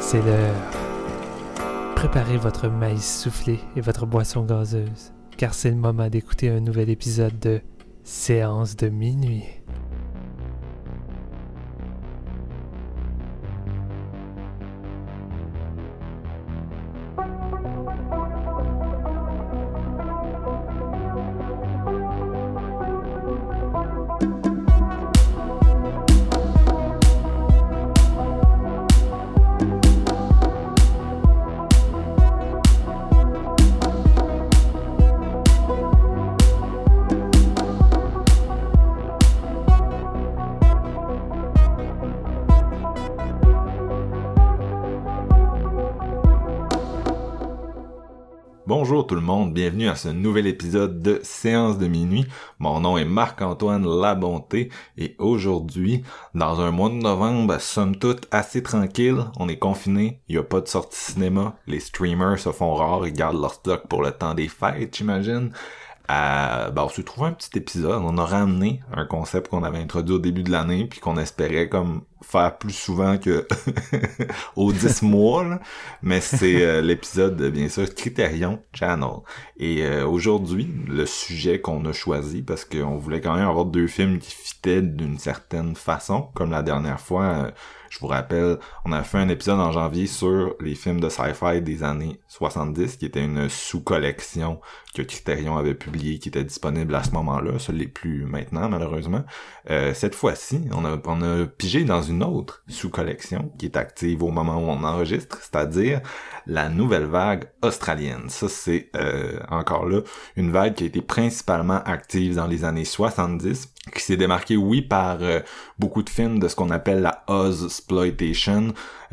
C'est l'heure. Préparez votre maïs soufflé et votre boisson gazeuse, car c'est le moment d'écouter un nouvel épisode de Séance de minuit. Bonjour tout le monde, bienvenue à ce nouvel épisode de Séance de minuit. Mon nom est Marc-Antoine Labonté et aujourd'hui, dans un mois de novembre, somme toute assez tranquille, on est confinés, il n'y a pas de sortie cinéma, les streamers se font rares, ils gardent leur stock pour le temps des fêtes, j'imagine. On s'est trouvé un petit épisode, on a ramené un concept qu'on avait introduit au début de l'année puis qu'on espérait comme faire plus souvent que aux 10 mois, là. Mais c'est l'épisode, bien sûr, Criterion Channel. Et aujourd'hui, le sujet qu'on a choisi, parce qu'on voulait quand même avoir deux films qui fitaient d'une certaine façon, comme la dernière fois, je vous rappelle, on a fait un épisode en janvier sur les films de sci-fi des années 70, qui était une sous-collection que Criterion avait publiée, qui était disponible à ce moment-là. Ça l'est plus maintenant, malheureusement. Cette fois-ci, on a pigé dans une autre sous-collection qui est active au moment où on enregistre, c'est-à-dire la nouvelle vague australienne. Ça, c'est encore là une vague qui a été principalement active dans les années 70, qui s'est démarquée, oui, par beaucoup de films de ce qu'on appelle la Ozploitation,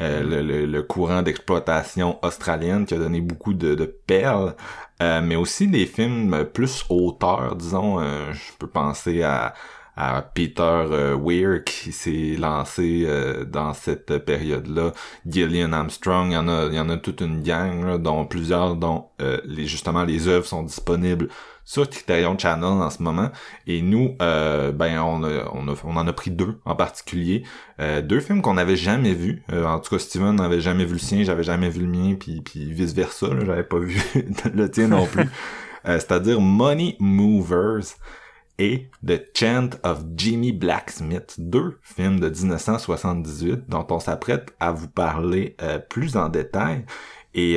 le courant d'exploitation australienne qui a donné beaucoup de perles, mais aussi des films plus auteurs, disons. Je peux penser à Peter Weir qui s'est lancé dans cette période-là, Gillian Armstrong, il y en a toute une gang là, dont plusieurs les œuvres sont disponibles sur Criterion Channel en ce moment, et nous on en a pris deux en particulier, deux films qu'on n'avait jamais vus, en tout cas Steven n'avait jamais vu le sien, j'avais jamais vu le mien, puis vice versa, là, j'avais pas vu le tien non plus. C'est-à-dire Money Movers et The Chant of Jimmy Blacksmith, deux films de 1978 dont on s'apprête à vous parler plus en détail. Et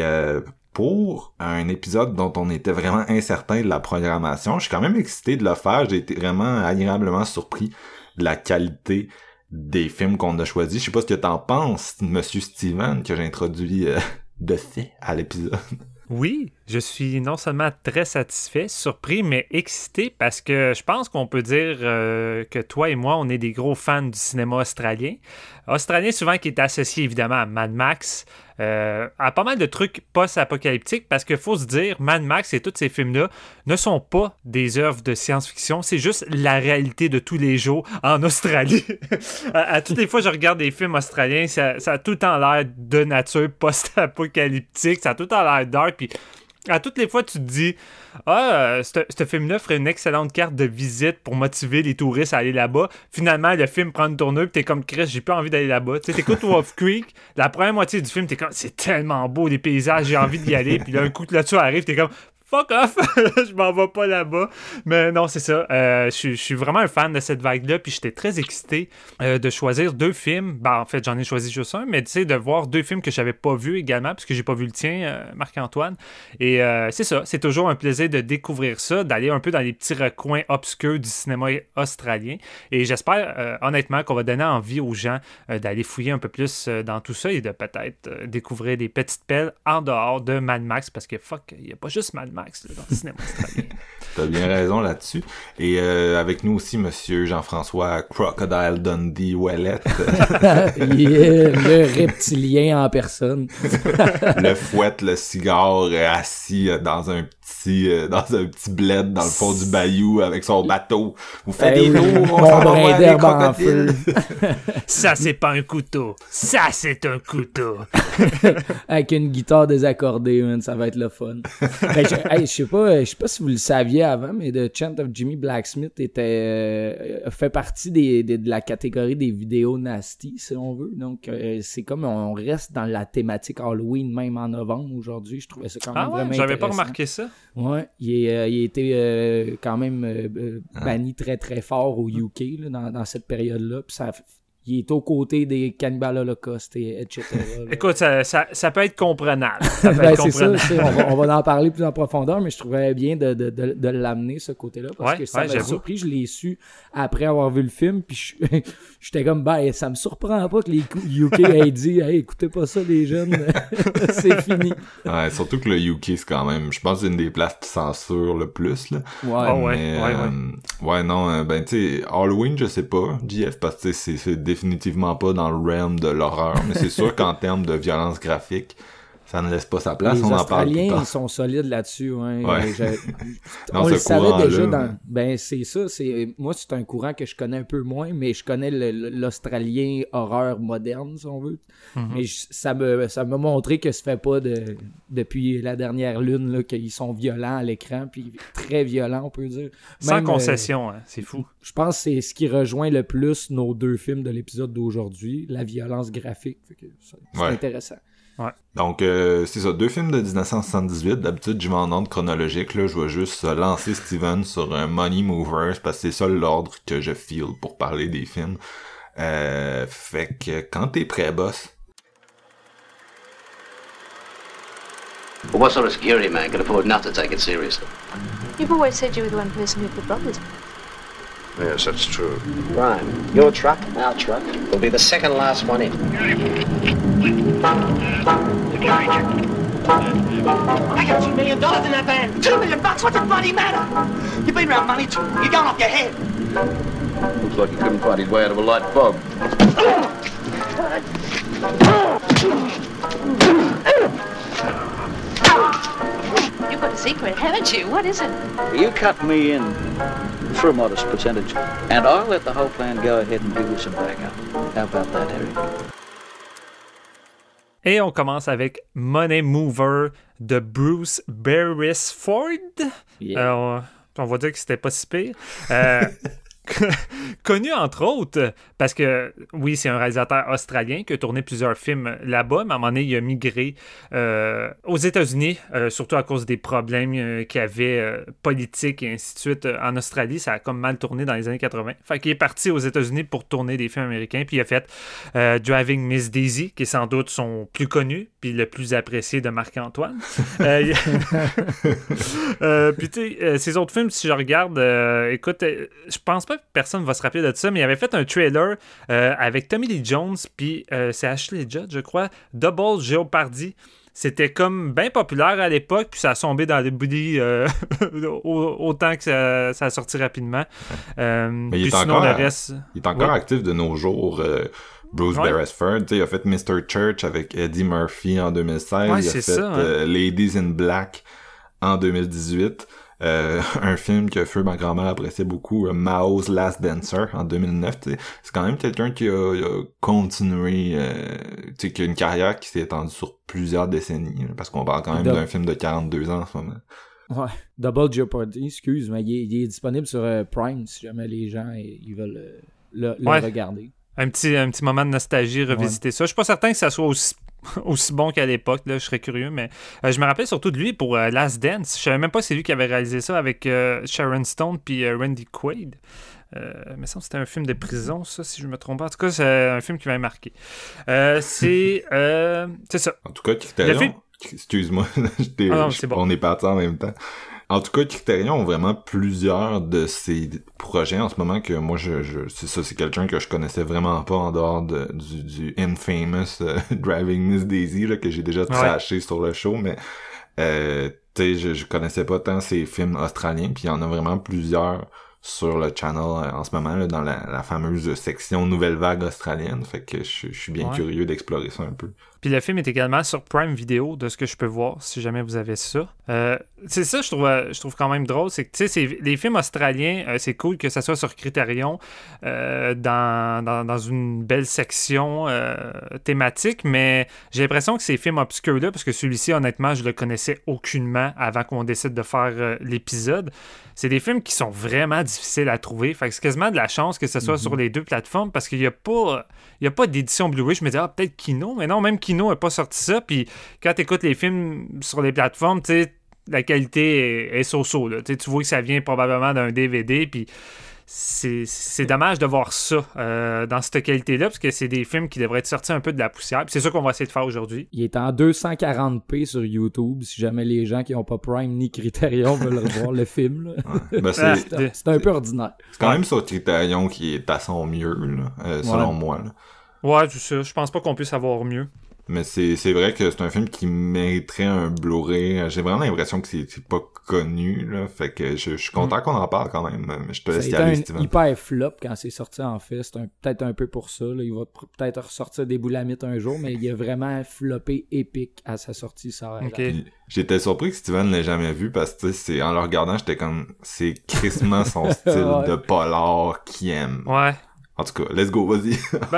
pour un épisode dont on était vraiment incertain de la programmation, je suis quand même excité de le faire. J'ai été vraiment agréablement surpris de la qualité des films qu'on a choisis. Je sais pas ce que t'en penses, Monsieur Steven, que j'ai introduit de fait à l'épisode. Oui, je suis non seulement très satisfait, surpris, mais excité parce que je pense qu'on peut dire que toi et moi, on est des gros fans du cinéma australien. Australien souvent qui est associé évidemment à Mad Max, à pas mal de trucs post-apocalyptiques, parce qu'il faut se dire, Mad Max et tous ces films-là ne sont pas des œuvres de science-fiction, c'est juste la réalité de tous les jours en Australie. à toutes les fois je regarde des films australiens, ça a tout le temps l'air de nature post-apocalyptique, ça a tout le temps l'air dark, puis à toutes les fois, tu te dis « Ah, ce film-là ferait une excellente carte de visite pour motiver les touristes à aller là-bas. » Finalement, le film prend une tournure, puis t'es comme « Chris, j'ai pas envie d'aller là-bas. » Tu sais, t'écoutes Wolf Creek, la première moitié du film, t'es comme « C'est tellement beau, les paysages, j'ai envie d'y aller. » Puis là, un coup que là-dessus arrive, t'es comme « Fuck off, je m'en vais pas là-bas. » Mais non, c'est ça. Je suis vraiment un fan de cette vague-là, puis j'étais très excité de choisir deux films. En fait, j'en ai choisi juste un, mais tu sais, de voir deux films que j'avais pas vus également, puisque j'ai pas vu le tien, Marc-Antoine. Et c'est ça, c'est toujours un plaisir de découvrir ça, d'aller un peu dans les petits recoins obscurs du cinéma australien. Et j'espère, honnêtement, qu'on va donner envie aux gens d'aller fouiller un peu plus dans tout ça et de peut-être découvrir des petites perles en dehors de Mad Max, parce que il y a pas juste Mad Max là, dans le cinéma australien. T'as bien raison là-dessus. Et avec nous aussi, Monsieur Jean-François Crocodile Dundee Ouellet. Le reptilien en personne. Le fouette, le cigare, assis dans un dans un petit bled dans le fond du bayou avec son bateau. Vous faites des tours, on mon s'en va brin voir les d'herbe en crocodiles. Ça, c'est pas un couteau. Ça, c'est un couteau. Avec une guitare désaccordée, man, ça va être le fun. Ben, je sais pas si vous le saviez avant, mais The Chant of Jimmy Blacksmith fait partie de la catégorie des vidéos nasty, si on veut. Donc, c'est comme on reste dans la thématique Halloween, même en novembre aujourd'hui. Je trouvais ça quand même vraiment j'avais pas intéressant. remarqué ça. Ouais, il a été quand même banni très très fort au UK là, dans cette période-là. Puis il est aux côtés des Cannibal Holocaust et etc. là. Écoute, ça peut être comprenable. Ça peut Ben, être c'est ça, comprenable. on va en parler plus en profondeur, mais je trouvais bien de l'amener, ce côté-là, parce que ça m'a j'avoue. surpris. Je l'ai su après avoir vu le film, puis j'étais comme, ben, ça me surprend pas que les UK aient dit, hey, écoutez pas ça, les jeunes, c'est fini. Ouais, surtout que le UK, c'est quand même, je pense, une des places qui censure le plus, là. Ouais. Mais, non, ben, tu sais, Halloween, je sais pas, JF, parce que c'est définitivement pas dans le realm de l'horreur, mais c'est sûr qu'en termes de violence graphique, ça ne laisse pas sa place, Les on en parle tout le Australiens, temps. ils sont solides là-dessus, ouais. Ouais. On Dans le ce savait courant-là, déjà ouais. ben, c'est ça, moi, c'est un courant que je connais un peu moins, mais je connais l'Australien horreur moderne, si on veut. Mais ça m'a montré que ça fait pas depuis la dernière lune, là, qu'ils sont violents à l'écran, puis très violents, on peut dire. Sans Même, concession, hein, c'est fou. je pense que c'est ce qui rejoint le plus nos deux films de l'épisode d'aujourd'hui, la violence graphique. Fait que c'est intéressant. Donc, c'est ça, 2 films de 1978. D'habitude, je vais en ordre chronologique. Là, je vais juste lancer Steven sur un Money Movers parce que c'est ça l'ordre que je feel pour parler des films. Fait que quand t'es prêt, boss. Well, what sort of security man could afford not to take it seriously? You've always said you were the one person who could bother. Yes, that's true. Ryan, your truck, our truck, will be the second last one in. I got $2 million in that van. $2 million? What's the bloody matter? You've been around money too. You're going off your head. Looks like he couldn't find his way out of a light fog. You've got a secret, haven't you? What is it? You cut me in for a modest percentage, and I'll let the whole plan go ahead and give you some backup. How about that, Harry? Et on commence avec Money Mover de Bruce Beresford. Yeah. On va dire que c'était pas si pire. Connu entre autres parce que oui, c'est un réalisateur australien qui a tourné plusieurs films là-bas, mais à un moment donné, il a migré aux États-Unis, surtout à cause des problèmes qu'il y avait politiques et ainsi de suite en Australie. Ça a comme mal tourné dans les années 80. Fait qu'il est parti aux États-Unis pour tourner des films américains, puis il a fait Driving Miss Daisy, qui est sans doute son plus connu puis le plus apprécié de Marc-Antoine. Puis tu sais, ces autres films, si je regarde, écoute, je pense pas que personne va se rappeler de ça, mais il avait fait un trailer avec Tommy Lee Jones, puis c'est Ashley Judd, je crois, Double Jeopardy. C'était comme bien populaire à l'époque, puis ça a tombé dans les boulis autant que ça a sorti rapidement. Mais il est sinon, encore, le reste... il est encore actif de nos jours. Bruce Beresford, il a fait Mr. Church avec Eddie Murphy en 2016. Ouais, il a fait ça, Ladies in Black en 2018. Un film que Feu, ma grand-mère appréciait beaucoup, Mao's Last Dancer en 2009. T'sais. C'est quand même quelqu'un qui a continué, qui a une carrière qui s'est étendue sur plusieurs décennies, parce qu'on parle quand même d'un film de 42 ans en ce moment. Ouais, Double Jeopardy, excuse, mais il est disponible sur Prime si jamais les gens ils veulent le regarder. Un petit moment de nostalgie, revisiter ça. Je suis pas certain que ça soit aussi bon qu'à l'époque, là, je serais curieux, mais je me rappelle surtout de lui pour Last Dance. Je savais même pas que c'est lui qui avait réalisé ça avec Sharon Stone puis Randy Quaid. Mais ça, c'était un film de prison, ça, si je me trompe pas. En tout cas, c'est un film qui m'a marqué. C'est ça. En tout cas, Criterion... Excuse-moi, on est partis en même temps. En tout cas, Criterion ont vraiment plusieurs de ces projets en ce moment que moi, c'est quelqu'un que je connaissais vraiment pas en dehors du infamous Driving Miss Daisy là, que j'ai déjà trashé sur le show, mais tu sais, je connaissais pas tant ces films australiens, puis il y en a vraiment plusieurs sur le channel en ce moment là, dans la fameuse section Nouvelle Vague australienne, fait que je suis bien curieux d'explorer ça un peu. Puis le film est également sur Prime Video, de ce que je peux voir, si jamais vous avez ça. C'est ça, je trouve quand même drôle, c'est que tu sais, les films australiens, c'est cool que ça soit sur Criterion, dans une belle section thématique, mais j'ai l'impression que ces films obscurs-là, parce que celui-ci, honnêtement, je le connaissais aucunement avant qu'on décide de faire l'épisode, c'est des films qui sont vraiment difficiles à trouver. Fait que c'est quasiment de la chance que ce soit sur les deux plateformes parce qu'il n'y a pas d'édition Blu-ray. Je me disais, peut-être Kino, mais non, même Kino n'a pas sorti ça. Puis quand tu écoutes les films sur les plateformes, tu sais, la qualité est so-so. Là. Tu vois que ça vient probablement d'un DVD. Puis c'est dommage de voir ça dans cette qualité-là parce que c'est des films qui devraient être sortis un peu de la poussière. Puis c'est ça qu'on va essayer de faire aujourd'hui. Il est en 240p sur YouTube si jamais les gens qui n'ont pas Prime ni Criterion veulent revoir le film. Là. Ouais. Ben, c'est un peu ordinaire. C'est quand même sur Criterion qui est à son mieux, là, selon moi. Là. Ouais, c'est ça. Je pense pas qu'on puisse avoir mieux. Mais c'est vrai que c'est un film qui mériterait un Blu-ray. J'ai vraiment l'impression que c'est pas connu, là. Fait que je suis content qu'on en parle quand même. Mais je te laisse y aller, Steven. C'est hyper flop quand c'est sorti en fait. C'est peut-être un peu pour ça. Là. Il va peut-être ressortir des boulamites un jour, mais il a vraiment floppé épique à sa sortie. Ça okay. J'étais surpris que Steven ne l'ait jamais vu parce que c'est en le regardant, j'étais comme c'est crissement son style de polar qu'il aime. Ouais. En tout cas, let's go, vas-y.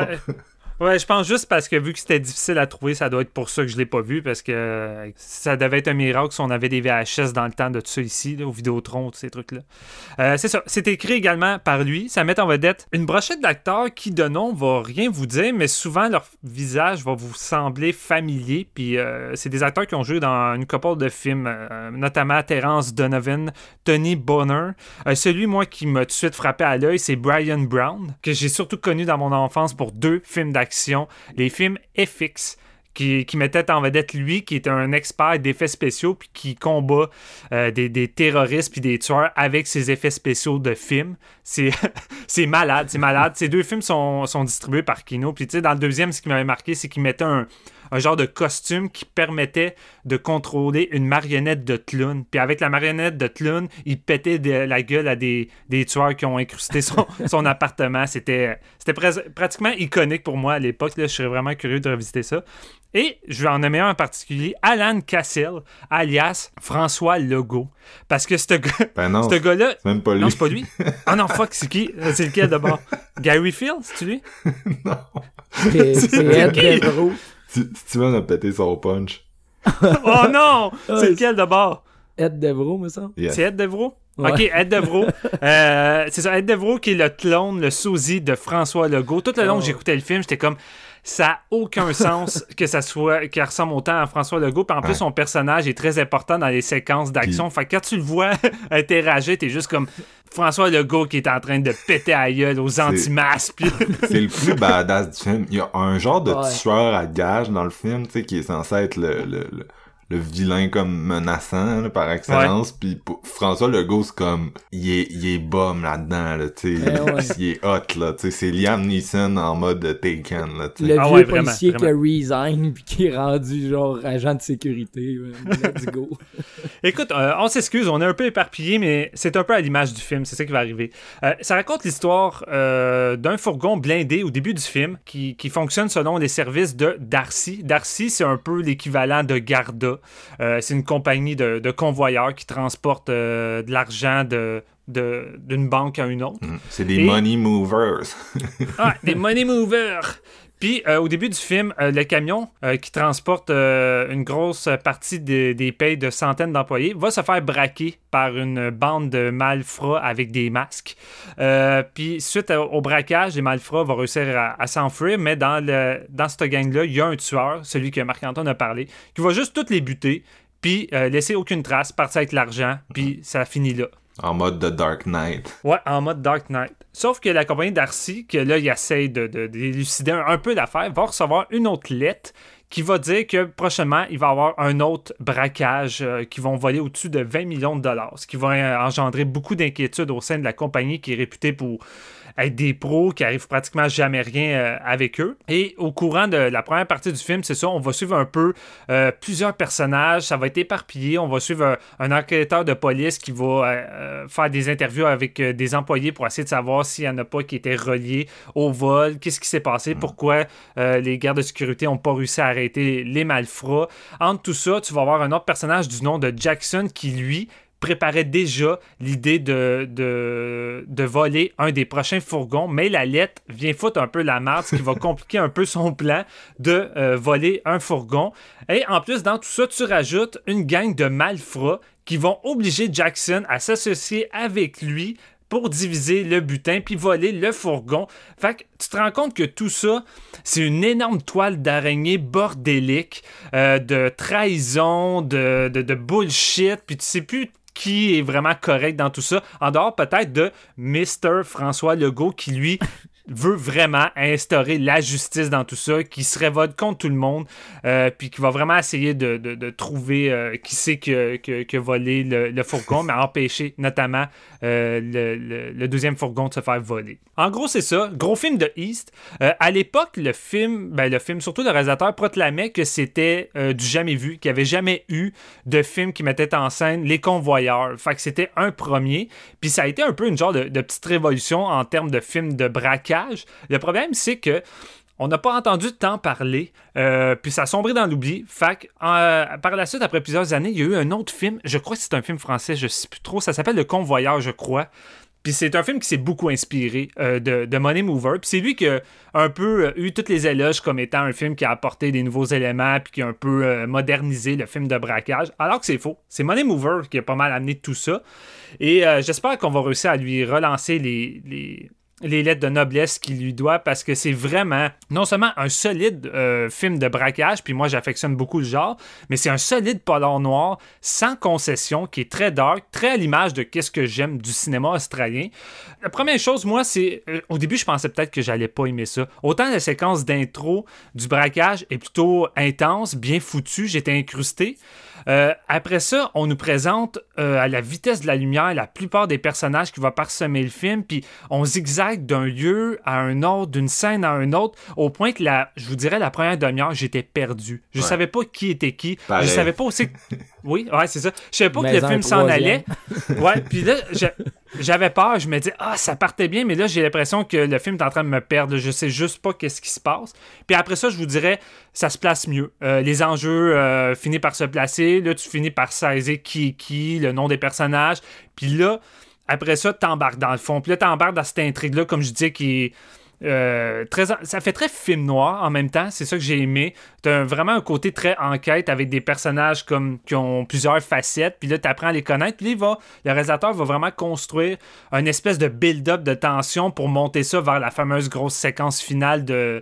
Ouais, je pense juste parce que vu que c'était difficile à trouver, ça doit être pour ça que je l'ai pas vu, parce que ça devait être un miracle si on avait des VHS dans le temps de tout ça ici, là, au Vidéotron, tous ces trucs-là. C'est ça. C'est écrit également par lui. Ça met en vedette une brochette d'acteurs qui, de nom, va rien vous dire, mais souvent leur visage va vous sembler familier. Puis c'est des acteurs qui ont joué dans une couple de films, notamment Terrence Donovan, Tony Bonner. Celui, moi, qui m'a tout de suite frappé à l'œil, c'est Brian Brown, que j'ai surtout connu dans mon enfance pour 2 films d'action. Les films FX qui mettaient en vedette lui, qui est un expert d'effets spéciaux puis qui combat des terroristes puis des tueurs avec ses effets spéciaux de films. C'est malade. Ces 2 films sont distribués par Kino. Puis tu sais, dans le deuxième, ce qui m'avait marqué, c'est qu'il mettait un genre de costume qui permettait de contrôler une marionnette de clown. Puis avec la marionnette de clown, il pétait la gueule à des tueurs qui ont incrusté son appartement. C'était pratiquement iconique pour moi à l'époque. Là, je serais vraiment curieux de revisiter ça. Et je vais en nommer un en particulier, Alan Cassel, alias François Legault. Parce que ce gars-là... C'est même pas lui. Non, c'est pas lui. Ah non, fuck, c'est qui? C'est lequel d'abord? Gary Field, c'est-tu lui? Non. C'est Ed Devereaux. Steven a pété son punch. Oh non! C'est lequel d'abord? Ed Devereaux, me semble. Yes. C'est Ed Devereaux? Ouais. Ok, Ed Devereaux. C'est ça, Ed Devereaux qui est le clone, le sosie de François Legault. Tout le long que j'écoutais le film, j'étais comme... Ça n'a aucun sens que ça soit qu'il ressemble autant à François Legault. Puis en plus, son personnage est très important dans les séquences d'action. Fait que quand tu le vois interagir, t'es juste comme François Legault qui est en train de péter à gueule aux anti-masques. C'est le plus badass du film. Il y a un genre de tueur à gages dans le film, tu sais, qui est censé être le vilain comme menaçant là, par excellence, puis François Legault c'est comme il est bum là-dedans là, tu sais, il est hot là, tu sais, c'est Liam Neeson en mode Taken là, tu sais. Le vieux policier qui a resign puis qui est rendu genre agent de sécurité, let's go. Écoute, on s'excuse, on est un peu éparpillé, mais c'est un peu à l'image du film, c'est ça qui va arriver. Ça raconte l'histoire d'un fourgon blindé au début du film qui fonctionne selon les services de Darcy. Darcy, c'est un peu l'équivalent de Garda. C'est une compagnie de convoyeurs qui transporte de l'argent d'une banque à une autre. C'est des money movers. Des money movers! Puis, au début du film, le camion qui transporte une grosse partie des payes de centaines d'employés va se faire braquer par une bande de malfrats avec des masques. Puis, suite au braquage, les malfrats vont réussir à s'enfuir, mais dans cette gang-là, il y a un tueur, celui que Marc-Antoine a parlé, qui va juste toutes les buter, puis laisser aucune trace, partir avec l'argent, puis ça finit là. En mode The Dark Knight. Ouais, en mode Dark Knight. Sauf que la compagnie Darcy, que là, il essaie d'élucider un peu l'affaire, va recevoir une autre lettre qui va dire que prochainement, il va y avoir un autre braquage qui vont voler au-dessus de 20 millions de dollars, ce qui va engendrer beaucoup d'inquiétudes au sein de la compagnie qui est réputée pour être des pros qui arrivent pratiquement jamais rien avec eux. Et au courant de la première partie du film, c'est ça, on va suivre un peu plusieurs personnages, ça va être éparpillé, on va suivre un enquêteur de police qui va faire des interviews avec des employés pour essayer de savoir s'il n'y en a pas qui étaient reliés au vol, qu'est-ce qui s'est passé, pourquoi les gardes de sécurité n'ont pas réussi à arrêter les malfrats. Entre tout ça, tu vas avoir un autre personnage du nom de Jackson qui, lui, préparait déjà l'idée de voler un des prochains fourgons, mais la lettre vient foutre un peu la merde, ce qui va compliquer un peu son plan de voler un fourgon. Et en plus, dans tout ça, tu rajoutes une gang de malfrats qui vont obliger Jackson à s'associer avec lui pour diviser le butin puis voler le fourgon. Fait que tu te rends compte que tout ça, c'est une énorme toile d'araignée bordélique, de trahison, de bullshit, puis tu sais plus qui est vraiment correct dans tout ça, en dehors peut-être de Mr. François Legault qui, lui, veut vraiment instaurer la justice dans tout ça, qui se révolte contre tout le monde, puis qui va vraiment essayer de trouver qui c'est qui a volé le fourgon, mais empêcher notamment le deuxième fourgon de se faire voler. En gros, c'est ça. Gros film de East. À l'époque, le film, surtout le réalisateur, proclamait que c'était du jamais vu, qu'il n'y avait jamais eu de film qui mettait en scène les convoyeurs. Fait que c'était un premier. Puis ça a été un peu une genre de petite révolution en termes de film de braquage. Le problème, c'est que on n'a pas entendu tant parler, puis ça a sombré dans l'oubli. Fait que, par la suite, après plusieurs années, il y a eu un autre film, je crois que c'est un film français, je sais plus trop, ça s'appelle Le Convoyeur, je crois. Puis c'est un film qui s'est beaucoup inspiré de Money Mover. Puis c'est lui qui a un peu eu toutes les éloges comme étant un film qui a apporté des nouveaux éléments puis qui a un peu modernisé le film de braquage. Alors que c'est faux. C'est Money Mover qui a pas mal amené tout ça. Et j'espère qu'on va réussir à lui relancer les lettres de noblesse qu'il lui doit, parce que c'est vraiment non seulement un solide film de braquage, puis moi j'affectionne beaucoup le genre, mais c'est un solide polar noir sans concession qui est très dark, très à l'image de qu'est-ce que j'aime du cinéma australien. La première chose, moi, c'est au début je pensais peut-être que j'allais pas aimer ça. Autant la séquence d'intro du braquage est plutôt intense, bien foutue, j'étais incrusté. Après ça, on nous présente à la vitesse de la lumière la plupart des personnages qui vont parsemer le film, puis on zigzague d'un lieu à un autre, d'une scène à un autre, au point que je vous dirais, la première demi-heure, j'étais perdu. Je savais pas qui était qui. Pareil. Je savais pas aussi... Oui, ouais, c'est ça. Je savais pas que le film s'en allait. Ouais, puis là, j'avais peur. Je me disais, ça partait bien, mais là, j'ai l'impression que le film est en train de me perdre. Je sais juste pas qu'est-ce qui se passe. Puis après ça, je vous dirais, ça se place mieux. Les enjeux finissent par se placer. Là, tu finis par saisir qui est qui, le nom des personnages. Puis là, après ça, t'embarques dans le fond. Puis là, t'embarques dans cette intrigue-là, comme je disais, qui est... ça fait très film noir en même temps, c'est ça que j'ai aimé. T'as vraiment un côté très enquête avec des personnages qui ont plusieurs facettes, puis là t'apprends à les connaître, puis le réalisateur va vraiment construire une espèce de build-up de tension pour monter ça vers la fameuse grosse séquence finale de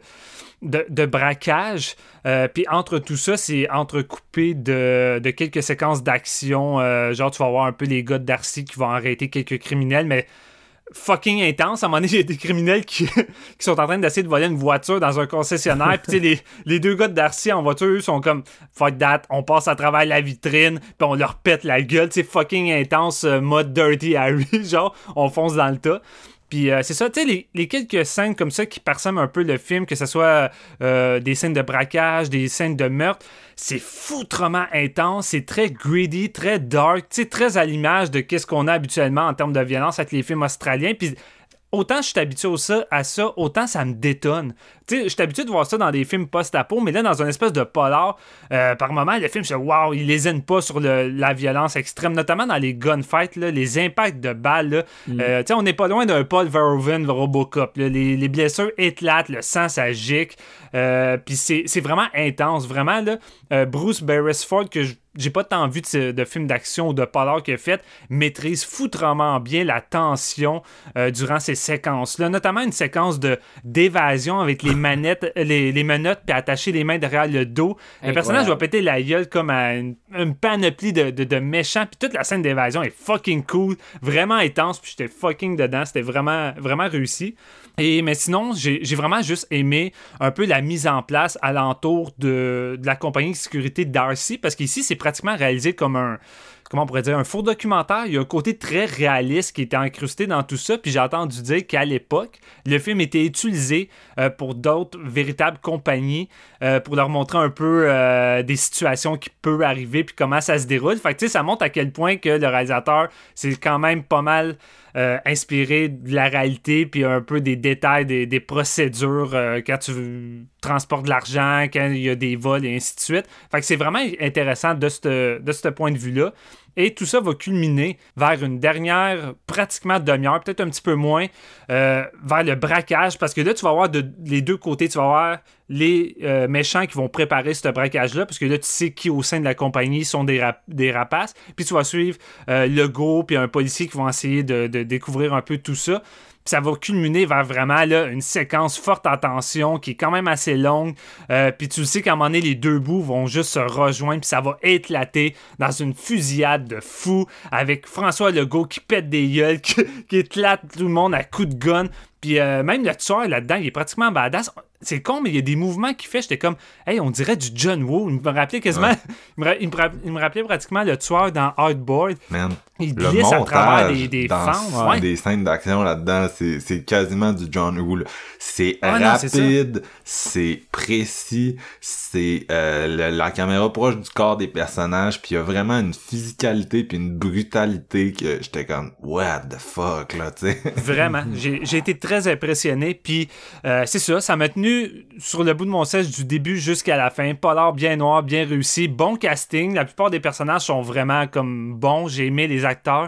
braquage. Puis entre tout ça, c'est entrecoupé de quelques séquences d'action. Genre, tu vas voir un peu les gars de Darcy qui vont arrêter quelques criminels, mais fucking intense. À un moment donné, il y a des criminels qui sont en train d'essayer de voler une voiture dans un concessionnaire. Puis tu sais, les deux gars de Darcy en voiture, eux, sont comme fuck that, on passe à travers la vitrine, puis on leur pète la gueule. Tu sais, fucking intense, mode Dirty Harry, genre, on fonce dans le tas. Puis c'est ça, tu sais, les quelques scènes comme ça qui parsèment un peu le film, que ce soit des scènes de braquage, des scènes de meurtre, c'est foutrement intense, c'est très greedy, très dark, tu sais, très à l'image de qu'est-ce qu'on a habituellement en termes de violence avec les films australiens. Puis autant je suis habitué à ça, autant ça me détonne. Tu sais, je suis habitué de voir ça dans des films post-apo, mais là, dans une espèce de polar, par moment, le film, je dis, wow, il lésine pas sur la violence extrême, notamment dans les gunfights, là, les impacts de balles. Là. Tu sais, on n'est pas loin d'un Paul Verhoeven Robocop. Là. Les blessures éclatent, le sang, ça gicle. Puis c'est vraiment intense. Vraiment, là, Bruce Beresford, que j'ai pas tant vu de films d'action ou de polar qu'il a fait, maîtrise foutrement bien la tension durant ces séquences-là, notamment une séquence d'évasion avec les manettes, les menottes, puis attacher les mains derrière le dos. Le personnage va péter la gueule comme à une panoplie de méchants, puis toute la scène d'évasion est fucking cool, vraiment intense, puis j'étais fucking dedans, c'était vraiment, vraiment réussi. Mais sinon, j'ai vraiment juste aimé un peu la mise en place alentour de la compagnie de sécurité Darcy, parce qu'ici, c'est pratiquement réalisé comme comment on pourrait dire, un faux documentaire. Il y a un côté très réaliste qui était incrusté dans tout ça. Puis j'ai entendu dire qu'à l'époque, le film était utilisé pour d'autres véritables compagnies pour leur montrer un peu des situations qui peuvent arriver puis comment ça se déroule. Fait que tu sais, ça montre à quel point que le réalisateur, c'est quand même pas mal inspiré de la réalité puis un peu des détails des procédures quand tu transportes de l'argent, quand il y a des vols et ainsi de suite. Fait que c'est vraiment intéressant de ce point de vue-là. Et tout ça va culminer vers une dernière pratiquement demi-heure, peut-être un petit peu moins, vers le braquage. Parce que là, tu vas avoir les deux côtés. Tu vas avoir les méchants qui vont préparer ce braquage-là, parce que là, tu sais qui au sein de la compagnie sont des rapaces. Puis tu vas suivre Legault puis un policier qui vont essayer de découvrir un peu tout ça. Puis ça va culminer vers vraiment là, une séquence forte en tension qui est quand même assez longue. Puis tu le sais qu'à un moment donné, les deux bouts vont juste se rejoindre. Puis ça va éclater dans une fusillade de fou avec François Legault qui pète des gueules, qui éclate tout le monde à coups de gun. Puis même le tueur là-dedans, il est pratiquement badass. C'est con, mais il y a des mouvements qu'il fait. J'étais comme, hey, on dirait du John Woo. Il me rappelait quasiment. Ouais. il me rappelait pratiquement le tueur dans Hardboiled. Man, il glisse à travers des fentes. Ouais. Des scènes d'action là-dedans, c'est quasiment du John Woo. Là. C'est rapide, c'est précis, c'est la caméra proche du corps des personnages, puis il y a vraiment une physicalité puis une brutalité que j'étais comme, what the fuck, là, tu sais. Vraiment. J'ai été très impressionné, puis c'est ça m'a tenu sur le bout de mon siège du début jusqu'à la fin. Polar bien noir, bien réussi, bon casting. La plupart des personnages sont vraiment comme bons. J'ai aimé les acteurs.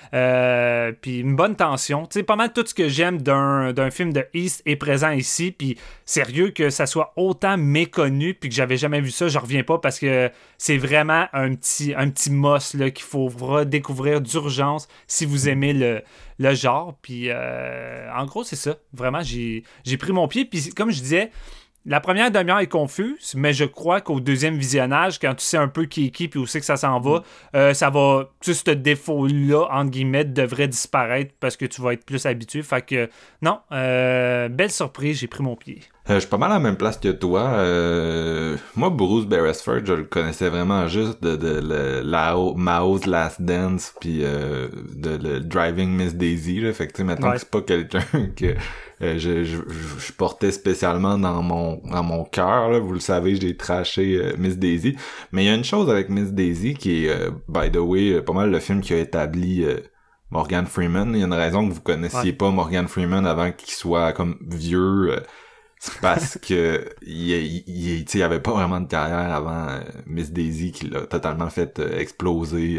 Puis une bonne tension. Tu sais, pas mal tout ce que j'aime d'un film de East est présent ici. Puis sérieux que ça soit autant méconnu puis que j'avais jamais vu ça, je reviens pas parce que c'est vraiment un petit must là, qu'il faut redécouvrir d'urgence si vous aimez le genre. Puis en gros, c'est ça. Vraiment, j'ai pris mon pied. Puis comme je disais, la première demi-heure est confuse, mais je crois qu'au deuxième visionnage, quand tu sais un peu qui est qui puis où c'est que ça s'en va, ça va, tu sais, ce défaut-là, entre guillemets, devrait disparaître parce que tu vas être plus habitué. Fait que, non, belle surprise, j'ai pris mon pied. Je suis pas mal à la même place que toi. Moi, Bruce Beresford, je le connaissais vraiment juste de Mao's Last Dance puis de le Driving Miss Daisy. Là. Fait que, tu sais, maintenant que c'est pas quelqu'un que je portais spécialement dans mon cœur. Là. Vous le savez, j'ai trashé Miss Daisy. Mais il y a une chose avec Miss Daisy qui est, by the way, pas mal le film qui a établi Morgan Freeman. Il y a une raison que vous connaissiez pas Morgan Freeman avant qu'il soit comme vieux. C'est parce que il y avait pas vraiment de carrière avant Miss Daisy qui l'a totalement fait exploser.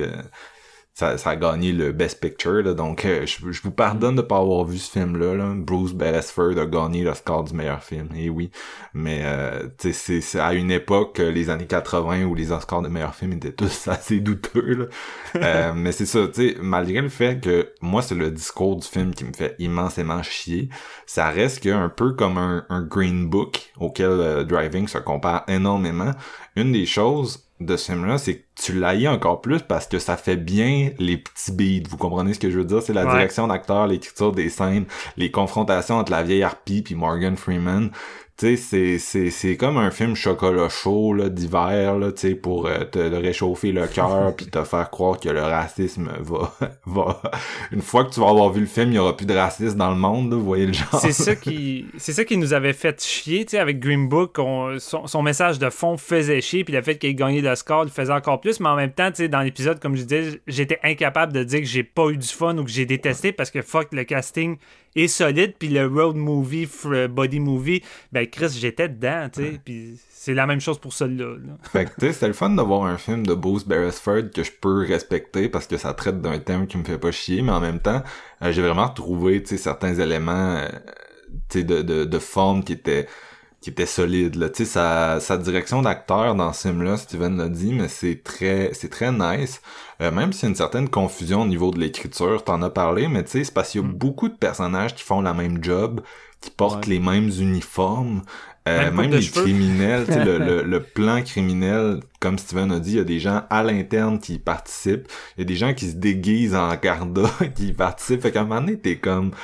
Ça a gagné le Best Picture, là, donc je vous pardonne de pas avoir vu ce film-là. Là. Bruce Beresford a gagné le score du meilleur film, et oui. Mais c'est à une époque, les années 80, où les Oscars de meilleur film étaient tous assez douteux. Là. Mais c'est ça, tu sais, malgré le fait que moi, c'est le discours du film qui me fait immensément chier, ça reste qu'un peu comme un Green Book, auquel Driving se compare énormément. Une des choses de ce film-là, c'est que tu l'haïs encore plus parce que ça fait bien les petits beats. Vous comprenez ce que je veux dire? C'est la direction d'acteur, l'écriture des scènes, les confrontations entre la vieille harpie puis Morgan Freeman. Tu sais, c'est comme un film chocolat chaud, là, d'hiver, là, tu sais, pour te réchauffer le cœur puis te faire croire que le racisme va... Une fois que tu vas avoir vu le film, il y aura plus de racisme dans le monde, là, vous voyez le genre. C'est ça qui nous avait fait chier, tu sais, avec Green Book, son message de fond faisait chier, puis le fait qu'il ait gagné le score le faisait encore plus, mais en même temps, tu sais, dans l'épisode, comme je disais, j'étais incapable de dire que j'ai pas eu du fun ou que j'ai détesté parce que fuck, le casting est solide, puis le road movie, body movie, ben Chris, j'étais dedans, tu sais, puis c'est la même chose pour celui-là. Là. Fait que, tu sais, c'était le fun de voir un film de Bruce Beresford que je peux respecter parce que ça traite d'un thème qui me fait pas chier, mais en même temps, j'ai vraiment trouvé, tu sais, certains éléments, tu sais, de forme qui étaient solides, là. Tu sais, sa direction d'acteur dans ce film-là, Steven l'a dit, mais c'est très nice. Même s'il y a une certaine confusion au niveau de l'écriture, t'en as parlé, mais tu sais, c'est parce qu'il y a beaucoup de personnages qui font la même job, qui portent les mêmes uniformes, même les criminels, tu sais, le plan criminel, comme Steven a dit, il y a des gens à l'interne qui y participent, il y a des gens qui se déguisent en garda qui y participent, fait qu'à un moment donné, t'es comme,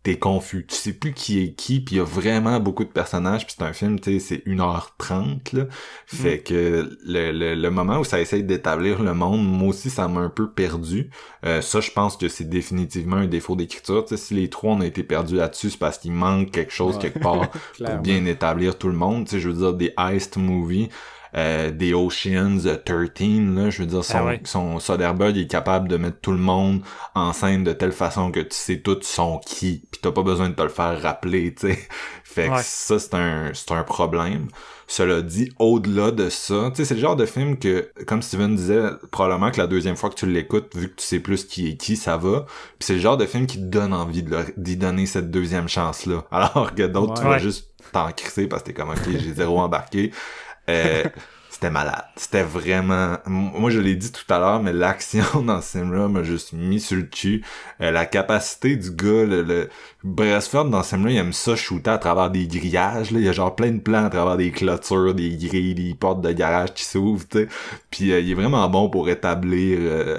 t'es confus. Tu sais plus qui est qui, puis il y a vraiment beaucoup de personnages, puis c'est un film, tu sais, c'est 1h30, là. Fait que le moment où ça essaye d'établir le monde, moi aussi, ça m'a un peu perdu. Ça, je pense que c'est définitivement un défaut d'écriture. Tu sais, si les trois on a été perdus là-dessus, c'est parce qu'il manque quelque chose quelque part pour bien établir tout le monde. Tu sais, je veux dire, des heist movies, des Oceans 13, là, je veux dire, son Soderbergh est capable de mettre tout le monde en scène de telle façon que tu sais tous sont qui, pis t'as pas besoin de te le faire rappeler, tu sais. Fait que ça, c'est un problème. Cela dit, au-delà de ça, tu sais, c'est le genre de film que, comme Steven disait, probablement que la deuxième fois que tu l'écoutes, vu que tu sais plus qui est qui, ça va. Puis c'est le genre de film qui te donne envie d'y donner cette deuxième chance-là. Alors que d'autres, tu vas juste t'en crisser parce que t'es comme, ok, j'ai zéro embarqué. C'était malade. C'était vraiment... Moi, je l'ai dit tout à l'heure, mais l'action dans ce film-là m'a juste mis sur le cul. La capacité du gars, le Beresford dans ce film-là, il aime ça shooter à travers des grillages. Là. Il y a genre plein de plans à travers des clôtures, des grilles, des portes de garage qui s'ouvrent, tu sais. Puis il est vraiment bon pour établir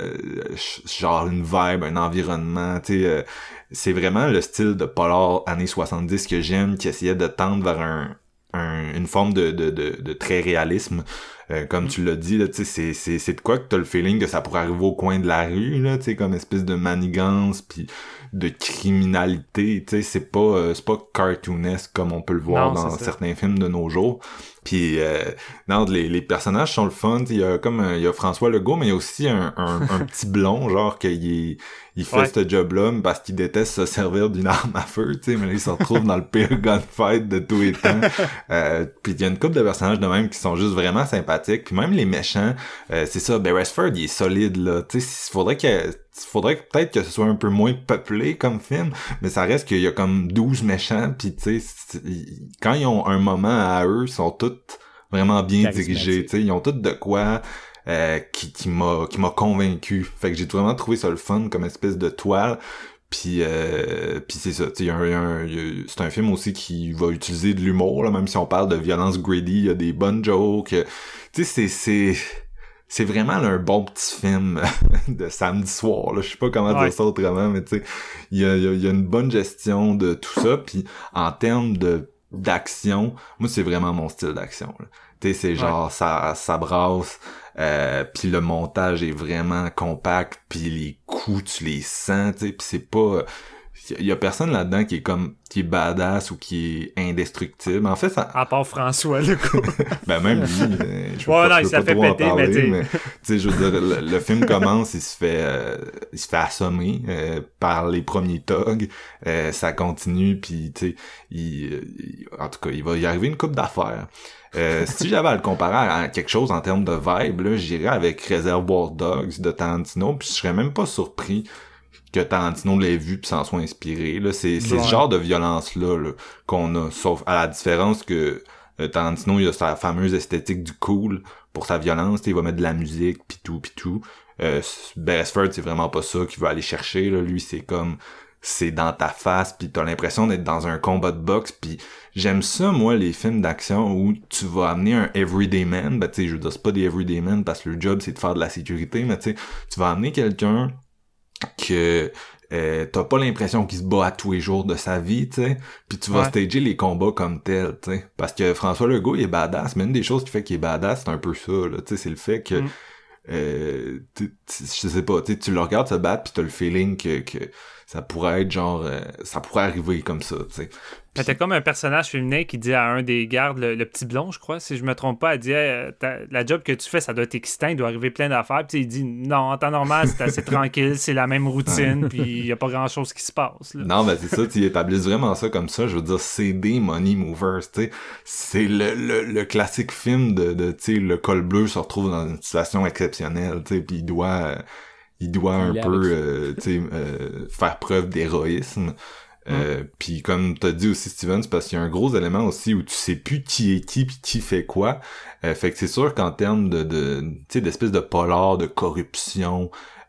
genre une vibe, un environnement, tu sais. C'est vraiment le style de polar années 70 que j'aime, qui essayait de tendre vers une forme de très réalisme, comme tu l'as dit, là, tu sais, c'est de quoi que t'as le feeling que ça pourrait arriver au coin de la rue, là, tu sais, comme espèce de manigance puis de criminalité, tu sais, c'est pas cartoonesque comme on peut le voir dans certains films de nos jours. Puis non, les personnages sont le fun, il y a François Legault, mais il y a aussi un petit blond, genre qu'il fait ce job-là parce qu'il déteste se servir d'une arme à feu, tu sais, mais là, il se retrouve dans le pire gunfight de tous les temps. Puis il y a une couple de personnages de même qui sont juste vraiment sympathiques. Puis même les méchants, c'est ça, Beresford, il est solide, là. Tu sais, faudrait peut-être que ce soit un peu moins peuplé comme film, mais ça reste qu'il y a comme 12 méchants, puis tu sais, quand ils ont un moment à eux, ils sont tous vraiment bien dirigés, tu sais, ils ont tous de quoi qui m'a convaincu. Fait que j'ai vraiment trouvé ça le fun comme espèce de toile. Puis c'est ça, tu sais, c'est un film aussi qui va utiliser de l'humour, là, même si on parle de violence greedy, il y a des bonnes jokes. Tu sais, c'est vraiment là, un bon petit film de samedi soir, là. Je sais pas comment dire ça autrement, mais tu sais, il y a une bonne gestion de tout ça, puis en termes d'action, moi c'est vraiment mon style d'action, là. Tu sais, c'est genre ça brasse, puis le montage est vraiment compact, puis les coups tu les sens, tu sais, puis c'est pas il y a personne là-dedans qui est badass ou qui est indestructible. En fait, ça... À part François, le coup. Ben, même lui, je peux pas trop en parler, mais tu sais, je veux dire, le film commence, il se fait assommer, par les premiers thugs, ça continue, puis tu sais, en tout cas, il va y arriver une couple d'affaires. Si j'avais à le comparer à quelque chose en termes de vibe, là, j'irais avec Reservoir Dogs de Tarantino, puis je serais même pas surpris que Tarantino l'ait vu pis s'en soit inspiré, là. C'est ce genre de violence-là, là, qu'on a, sauf à la différence que Tarantino, il a sa fameuse esthétique du cool pour sa violence, il va mettre de la musique pis tout. Beresford, c'est vraiment pas ça qu'il veut aller chercher, là. Lui, c'est dans ta face, pis t'as l'impression d'être dans un combat de boxe, pis j'aime ça, moi, les films d'action où tu vas amener un everyday man, ben tu sais, je veux dire, c'est pas des everyday men parce que le job, c'est de faire de la sécurité, mais tu sais, tu vas amener quelqu'un que t'as pas l'impression qu'il se bat à tous les jours de sa vie, tu sais, puis tu vas stager les combats comme tel, tu sais, parce que François Legault, il est badass, mais une des choses qui fait qu'il est badass, c'est un peu ça, là, tu sais, c'est le fait que je sais pas, tu le regardes se battre pis t'as le feeling que ça pourrait être genre ça pourrait arriver comme ça, tu sais. T'as comme un personnage féminin qui dit à un des gardes, le petit blond, je crois, si je me trompe pas, elle dit la job que tu fais, ça doit être excitant, il doit arriver plein d'affaires. Puis il dit non, en temps normal, c'est assez tranquille, c'est la même routine, puis il y a pas grand-chose qui se passe. Là. Non, ben c'est ça, tu établisses vraiment ça comme ça. Je veux dire, c'est des money movers, tu sais. C'est le classique film de tu sais, le col bleu se retrouve dans une situation exceptionnelle, tu sais, puis il doit un peu faire preuve d'héroïsme. Puis comme t'as dit aussi Steven, c'est parce qu'il y a un gros élément aussi où tu sais plus qui est qui pis qui fait quoi. Fait que c'est sûr qu'en termes de tu sais d'espèce de polar, de corruption,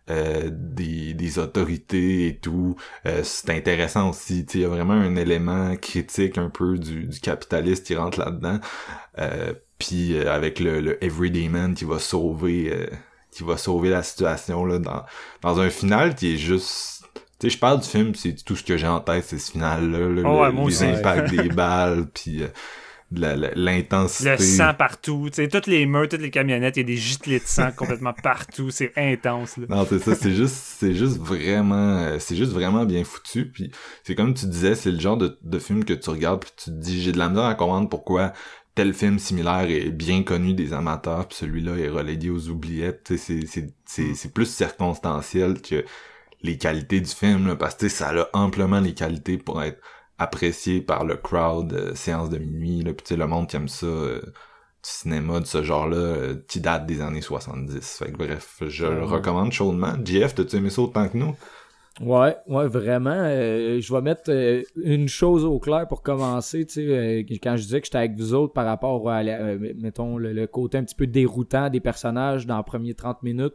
des autorités et tout, c'est intéressant aussi. Tu sais, il y a vraiment un élément critique un peu du capitaliste qui rentre là-dedans. Puis avec le everyday man qui va sauver la situation là dans un final qui est juste Tu sais, je parle du film, c'est tout ce que j'ai en tête, c'est ce final-là, là, moi les aussi. impacts des balles, puis l'intensité. Le sang partout, tu sais, toutes les murs, toutes les camionnettes, il y a des giclées de sang complètement partout, c'est intense, là. Non, c'est ça, c'est juste vraiment bien foutu, puis c'est comme tu disais, c'est le genre de film que tu regardes puis tu te dis, j'ai de la misère à comprendre pourquoi tel film similaire est bien connu des amateurs puis celui-là est relégué aux oubliettes. Tu sais, c'est plus circonstanciel que les qualités du film, là, parce que ça a amplement les qualités pour être apprécié par le crowd, séance de minuit, là, pis tu sais, le monde qui aime ça, du cinéma de ce genre-là, qui date des années 70. Fait que bref, je le recommande chaudement. JF, t'as-tu aimé ça autant que nous? Ouais, vraiment. Je vais mettre une chose au clair pour commencer, tu sais, quand je disais que j'étais avec vous autres par rapport à, mettons, le côté un petit peu déroutant des personnages dans les premiers 30 minutes,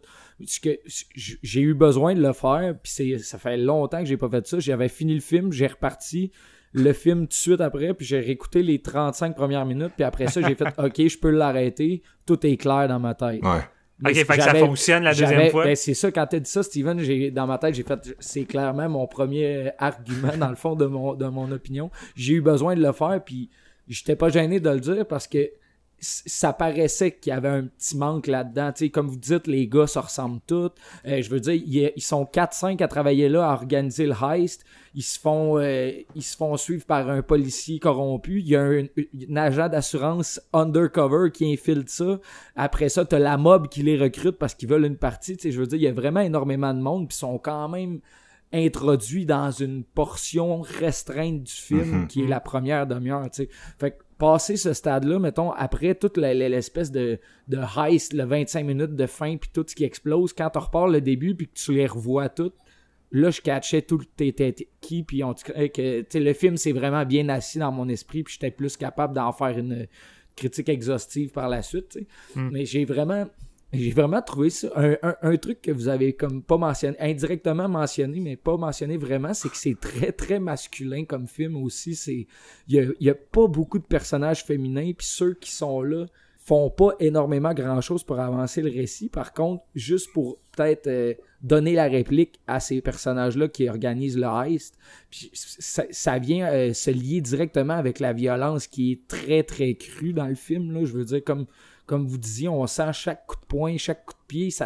j'ai eu besoin de le faire, puis ça fait longtemps que j'ai pas fait ça. J'avais fini le film, j'ai reparti le film tout de suite après, puis j'ai réécouté les 35 premières minutes, puis après ça, j'ai fait « Ok, je peux l'arrêter, tout est clair dans ma tête. » Ouais. Ok, fait que ça fonctionne la deuxième fois. Ben c'est ça, quand t'as dit ça, Steven, dans ma tête, j'ai fait, c'est clairement mon premier argument, dans le fond, de mon opinion. J'ai eu besoin de le faire, puis j'étais pas gêné de le dire parce que ça paraissait qu'il y avait un petit manque là-dedans. Tu sais, comme vous dites, les gars se ressemblent tous. Je veux dire, ils sont 4-5 à travailler là, à organiser le heist. Ils se font suivre par un policier corrompu. Il y a un agent d'assurance undercover qui infiltre ça. Après ça, t'as la mob qui les recrute parce qu'ils veulent une partie. Tu sais, je veux dire, il y a vraiment énormément de monde, puis ils sont quand même introduits dans une portion restreinte du film qui est la première demi-heure. Tu sais. Fait que passer ce stade-là, mettons, après toute l'espèce de heist, le 25 minutes de fin, puis tout ce qui explose, quand tu repars le début, puis que tu les revois toutes, là, je catchais tout qui, puis que le film s'est vraiment bien assis dans mon esprit, puis j'étais plus capable d'en faire une critique exhaustive par la suite. Mais j'ai vraiment trouvé ça un truc que vous avez comme pas mentionné, indirectement mentionné, mais pas mentionné vraiment, c'est que c'est très très masculin comme film aussi. Il y a pas beaucoup de personnages féminins, puis ceux qui sont là font pas énormément grand chose pour avancer le récit. Par contre, juste pour peut-être donner la réplique à ces personnages-là qui organisent le heist, puis ça vient se lier directement avec la violence qui est très très crue dans le film, là. Je veux dire, comme vous disiez, on sent chaque coup de poing, chaque coup de pied, ça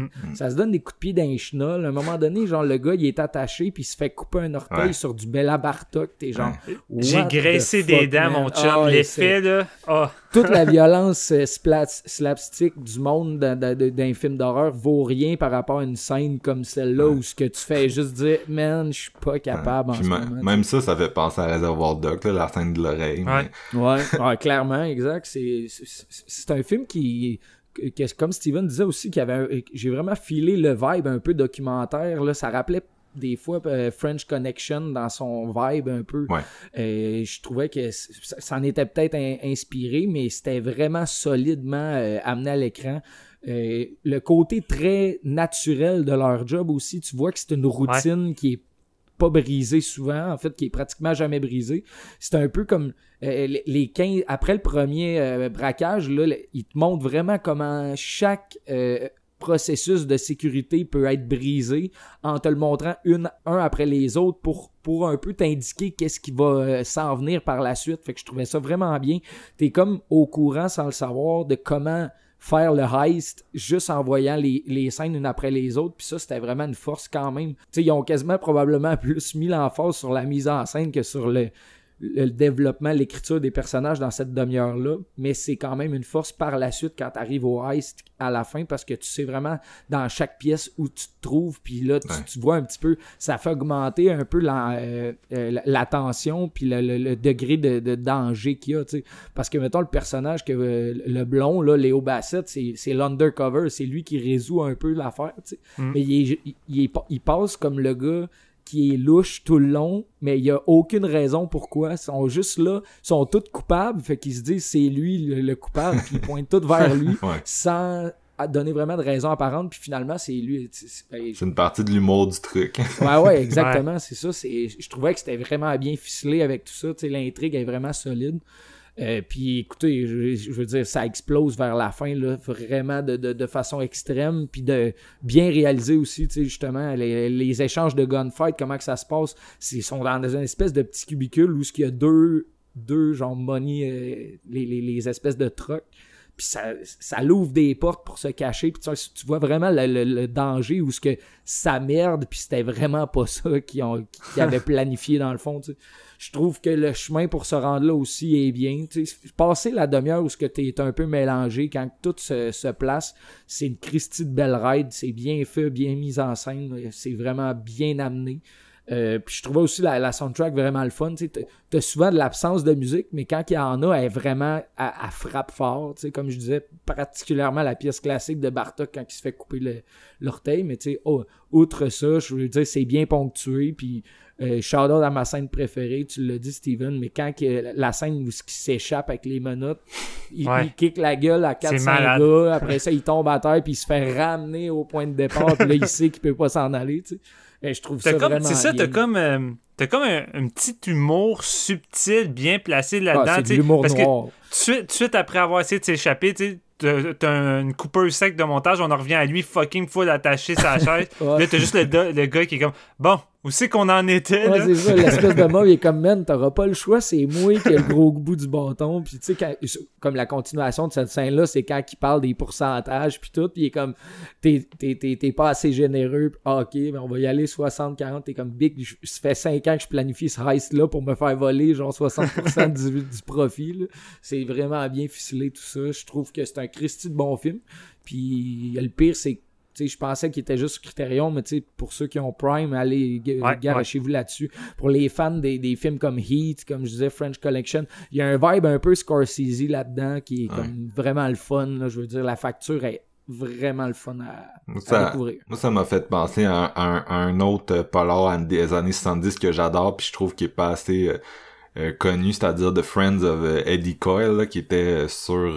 se donne des coups de pied d'un chenol. À un moment donné, genre, le gars, il est attaché puis il se fait couper un orteil sur du Bella Bartok. T'es genre... J'ai graissé des dents, mon chum. L'effet, là... Oh. Toute la violence slapstick du monde d'un film d'horreur vaut rien par rapport à une scène comme celle-là où ce que tu fais juste dire « Man, je suis pas capable en ce moment. » Même ça fait penser à Reservoir Dogs, là, la scène de l'oreille. Ouais, clairement, exact. C'est un film qui comme Steven disait aussi, j'ai vraiment filé le vibe un peu documentaire. Là, ça rappelait des fois French Connection dans son vibe un peu. Je trouvais que ça en était peut-être inspiré, mais c'était vraiment solidement amené à l'écran. Le côté très naturel de leur job aussi, tu vois que c'est une routine qui est pas brisée souvent, en fait, qui est pratiquement jamais brisée. C'est un peu comme les 15... Après le premier braquage, là, ils te montrent vraiment comment chaque processus de sécurité peut être brisé en te le montrant un après les autres pour un peu t'indiquer qu'est-ce qui va s'en venir par la suite. Fait que je trouvais ça vraiment bien. T'es comme au courant sans le savoir de comment faire le heist juste en voyant les scènes une après les autres, puis ça c'était vraiment une force quand même. Tu sais, ils ont quasiment probablement plus mis l'emphase sur la mise en scène que sur le développement, l'écriture des personnages dans cette demi-heure-là, mais c'est quand même une force par la suite quand t'arrives au heist à la fin, parce que tu sais vraiment dans chaque pièce où tu te trouves, puis là tu vois un petit peu, ça fait augmenter un peu la tension puis le degré de danger qu'il y a, tu sais, parce que mettons le personnage que le blond là, Léo Bassett, c'est l'undercover, c'est lui qui résout un peu l'affaire, tu sais, mais il passe comme le gars qui est louche tout le long, mais il y a aucune raison pourquoi. Ils sont juste là, ils sont tous coupables, fait qu'ils se disent c'est lui le coupable, puis ils pointent tous vers lui, sans donner vraiment de raison apparente, puis finalement c'est lui. C'est une partie de l'humour du truc. Ouais, exactement, c'est ça. Je trouvais que c'était vraiment bien ficelé avec tout ça, tu sais, l'intrigue est vraiment solide. Puis écoutez, je veux dire, ça explose vers la fin, là, vraiment de façon extrême, puis de bien réaliser aussi, tu sais, justement, les échanges de gunfight, comment que ça se passe. Ils sont dans une espèce de petit cubicule où il y a deux genre money, les espèces de trucks. Puis ça l'ouvre des portes pour se cacher. Puis tu vois vraiment le danger où ce que ça merde, puis c'était vraiment pas ça qu'ils avaient planifié dans le fond. Tu sais. Je trouve que le chemin pour se rendre là aussi est bien. Tu sais. Passer la demi-heure où ce que t'es un peu mélangé, quand tout se place, c'est une Christie de belle ride. C'est bien fait, bien mis en scène. C'est vraiment bien amené. Puis je trouvais aussi la soundtrack vraiment le fun. T'as souvent de l'absence de musique, mais quand il y en a, elle est vraiment elle frappe fort. Comme je disais, particulièrement la pièce classique de Bartok quand il se fait couper l'orteil. Mais outre ça, je veux dire, c'est bien ponctué. Puis shout-out à ma scène préférée, tu l'as dit, Steven, mais quand la scène où il s'échappe avec les menottes, il kick la gueule à 4-5 gars, après ça il tombe à terre puis il se fait ramener au point de départ, puis là il sait qu'il peut pas s'en aller, tu sais. Et je trouve ça vraiment c'est ça, bien. T'as comme un petit humour subtil bien placé là-dedans. C'est de l'humour parce noir. Que tout de suite après avoir essayé de s'échapper, t'as une coupeuse sec de montage, on en revient à lui fucking full attaché sa chaise. Ouais. Là t'as juste le gars qui est comme bon, où c'est qu'on en était là? Ouais, c'est ça, l'espèce de mob il est comme man, t'auras pas le choix, c'est moi qui ai le gros bout du bâton. Puis tu sais, comme la continuation de cette scène là, c'est quand il parle des pourcentages puis tout, puis il est comme t'es pas assez généreux. Ok, mais on va y aller 60-40. T'es comme big, ça fait 5 ans que je planifie ce heist là pour me faire voler genre 60% du profit là. C'est vraiment bien ficelé tout ça. Je trouve que c'est un Christy de bon film. Puis le pire c'est que je pensais qu'il était juste sur Criterion, mais pour ceux qui ont Prime, allez, garochez-vous là-dessus. Pour les fans des films comme Heat, comme je disais, French Connection, il y a un vibe un peu Scorsese là-dedans qui est comme vraiment le fun. Là, je veux dire, la facture est vraiment le fun à découvrir. Moi, ça m'a fait penser à un autre polar des années 70 que j'adore, puis je trouve qu'il est pas assez connu, c'est-à-dire The Friends of Eddie Coyle, là, qui était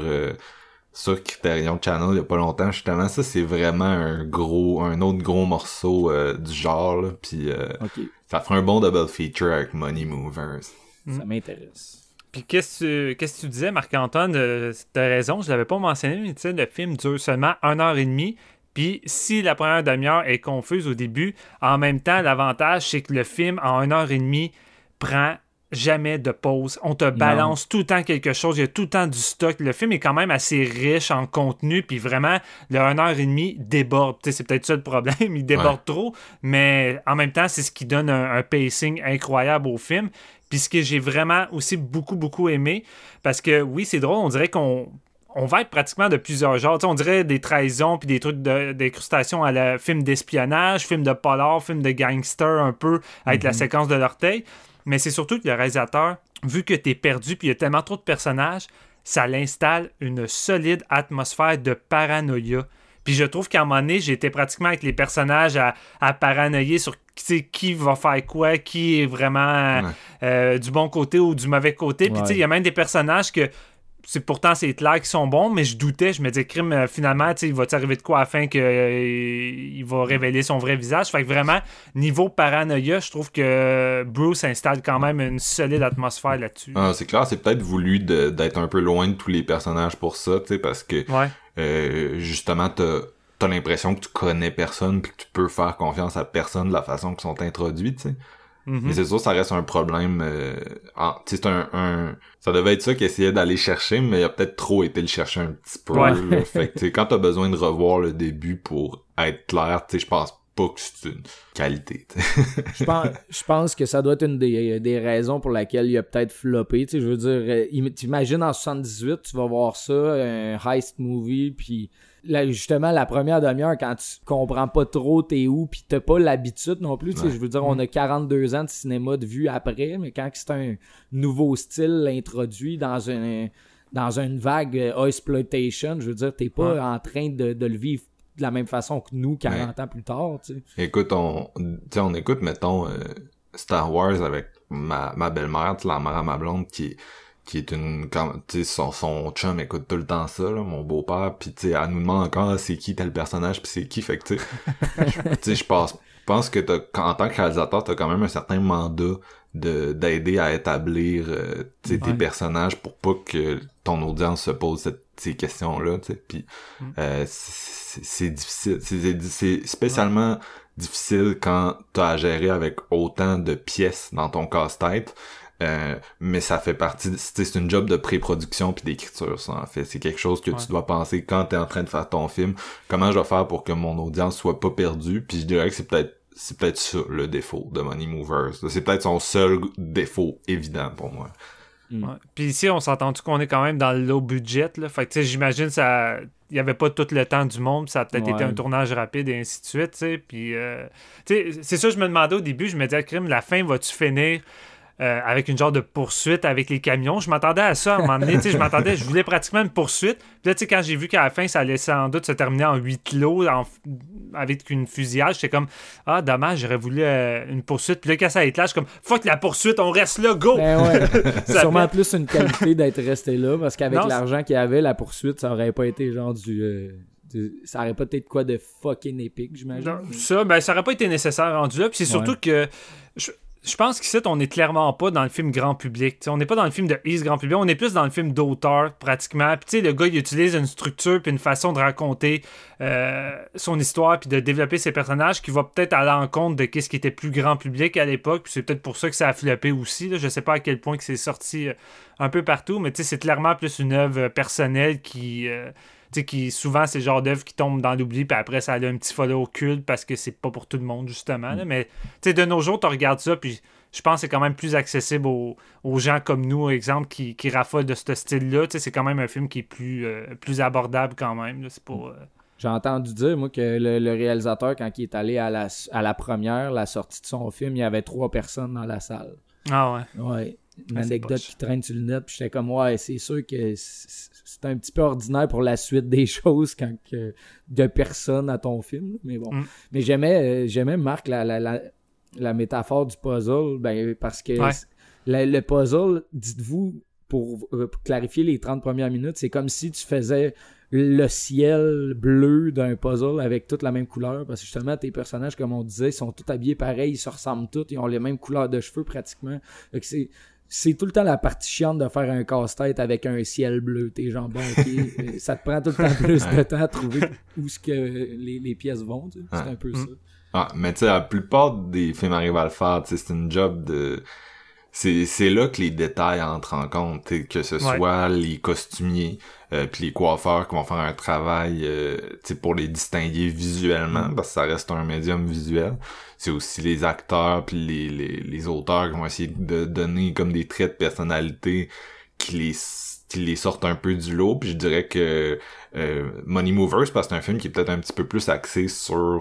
sur Criterion Channel il y a pas longtemps, justement. Ça, c'est vraiment un autre gros morceau du genre, là, puis ça ferait un bon double feature avec Money Movers. Ça m'intéresse. Puis qu'est-ce que tu disais, Marc-Antoine? T'as raison, je l'avais pas mentionné, mais tu sais, le film dure seulement 1h30. Puis si la première demi-heure est confuse au début, en même temps, l'avantage, c'est que le film, en 1h30, prend jamais de pause. On te balance tout le temps quelque chose. Il y a tout le temps du stock. Le film est quand même assez riche en contenu. Puis vraiment, le 1h30 déborde. T'sais, c'est peut-être ça le problème. Il déborde trop. Mais en même temps, c'est ce qui donne un pacing incroyable au film. Puis ce que j'ai vraiment aussi beaucoup, beaucoup aimé. Parce que oui, c'est drôle. On dirait qu'on va être pratiquement de plusieurs genres. T'sais, on dirait des trahisons puis des trucs d'incrustation à la film d'espionnage, film de polar, film de gangster un peu avec la séquence de l'orteil. Mais c'est surtout que le réalisateur, vu que t'es perdu puis il y a tellement trop de personnages, ça l'installe une solide atmosphère de paranoïa. Puis je trouve qu'à un moment donné, j'étais pratiquement avec les personnages à paranoïer sur qui va faire quoi, qui est vraiment du bon côté ou du mauvais côté. Puis il y a même des personnages que pourtant c'est clair qu'ils sont bons, mais je doutais, je me disais crime, finalement, il va t'arriver de quoi afin qu'il va révéler son vrai visage. Fait que vraiment, niveau paranoïa, je trouve que Bruce installe quand même une solide atmosphère là-dessus. Ah, c'est clair, c'est peut-être voulu d'être un peu loin de tous les personnages pour ça, parce que justement, t'as l'impression que tu connais personne puis que tu peux faire confiance à personne de la façon qu'ils sont introduits, tu sais. Mais c'est sûr, ça reste un problème. C'est ça devait être ça qu'il essayait d'aller chercher, mais il a peut-être trop été le chercher un petit peu. Là. Fait que quand t'as besoin de revoir le début pour être clair, je pense pas que c'est une qualité. Je pense que ça doit être une des raisons pour laquelle il a peut-être floppé. Je veux dire, t'imagines en 78, tu vas voir ça, un heist movie, puis là, justement, la première demi-heure, quand tu comprends pas trop t'es où, pis t'as pas l'habitude non plus, je veux dire, on a 42 ans de cinéma de vue après, mais quand c'est un nouveau style introduit dans une vague exploitation, je veux dire, t'es pas en train de le vivre de la même façon que nous, 40 ans plus tard, tu sais. Écoute, on écoute, mettons, Star Wars avec ma belle-mère, la mère à ma blonde, qui qui est une, tu sais, son chum écoute tout le temps ça, là, mon beau-père, pis tu sais, elle nous demande encore c'est qui tel personnage pis c'est qui, fait que tu sais, je pense que en tant que réalisateur, t'as quand même un certain mandat d'aider à établir tu sais, tes personnages pour pas que ton audience se pose ces questions-là, tu sais, pis c'est difficile, c'est spécialement difficile quand t'as à gérer avec autant de pièces dans ton casse-tête. Mais ça fait partie, c'est une job de pré-production puis d'écriture, ça, en fait. C'est quelque chose que tu dois penser quand t'es en train de faire ton film. Comment je vais faire pour que mon audience soit pas perdue? Puis je dirais que c'est peut-être ça, le défaut de Money Movers. C'est peut-être son seul défaut évident pour moi. Ouais. Puis ici, on s'est entendu qu'on est quand même dans le low budget, là. Fait que, tu sais, j'imagine ça... Il n'y avait pas tout le temps du monde, ça a peut-être été un tournage rapide et ainsi de suite, tu sais. Puis, tu sais, c'est ça que je me demandais au début. Je me disais, crime, la fin, vas-tu finir avec une genre de poursuite avec les camions? Je m'attendais à ça à un moment donné, tu sais, je voulais pratiquement une poursuite. Puis là, tu sais, quand j'ai vu qu'à la fin, ça allait sans doute se terminer en 8 lots avec une fusillade, j'étais comme, ah, dommage, j'aurais voulu une poursuite. Puis là, quand ça éclate, je suis comme, fuck la poursuite, on reste là, go! Ben ouais. C'est sûrement plus une qualité d'être resté là, parce qu'avec l'argent qu'il y avait, la poursuite, ça aurait pas été genre ça aurait pas été quoi de fucking épique, j'imagine. Ça aurait pas été nécessaire rendu là. Puis c'est surtout que je pense qu'ici, on est clairement pas dans le film grand public. T'sais, on n'est pas dans le film de East grand public, on est plus dans le film d'auteur, pratiquement. Puis tu sais, le gars, il utilise une structure puis une façon de raconter son histoire puis de développer ses personnages qui va peut-être à l'encontre de ce qui était plus grand public à l'époque. Puis c'est peut-être pour ça que ça a floppé aussi. Là. Je sais pas à quel point que c'est sorti un peu partout, mais tu sais, c'est clairement plus une œuvre personnelle qui souvent c'est le genre d'œuvre qui tombe dans l'oubli puis après ça a un petit follow culte parce que c'est pas pour tout le monde justement là. Mais tu sais, de nos jours tu regardes ça puis je pense que c'est quand même plus accessible aux gens comme nous, exemple, qui raffolent de ce style-là. Tu sais, c'est quand même un film qui est plus abordable quand même là. C'est pas J'ai entendu dire, moi, que le réalisateur, quand il est allé à la première, la sortie de son film, il y avait 3 personnes dans la salle. Ah ouais? Ouais. Une anecdote qui traîne sur le net, puis j'étais comme, ouais, c'est sûr que c'est un petit peu ordinaire pour la suite des choses quand que 2 personnes à ton film, mais bon. Mais j'aimais Marc, la métaphore du puzzle, ben, parce que le puzzle, dites-vous, pour clarifier les 30 premières minutes, c'est comme si tu faisais le ciel bleu d'un puzzle avec toute la même couleur, parce que justement tes personnages, comme on disait, sont tous habillés pareil, ils se ressemblent tous, ils ont les mêmes couleurs de cheveux pratiquement. Fait que c'est tout le temps la partie chiante de faire un casse-tête avec un ciel bleu. T'es genre, bon, ok, ça te prend tout le temps plus de temps à trouver où ce que les pièces vont, tu sais. C'est un peu ça. Ah, mais tu sais, la plupart des films arrivent à le faire, tu sais, c'est une job de... C'est là que les détails entrent en compte, que ce soit les costumiers puis les coiffeurs qui vont faire un travail pour les distinguer visuellement, parce que ça reste un médium visuel. C'est aussi les acteurs puis les auteurs qui vont essayer de donner comme des traits de personnalité qui les sortent un peu du lot. Puis je dirais que Money Movers, parce que c'est un film qui est peut-être un petit peu plus axé sur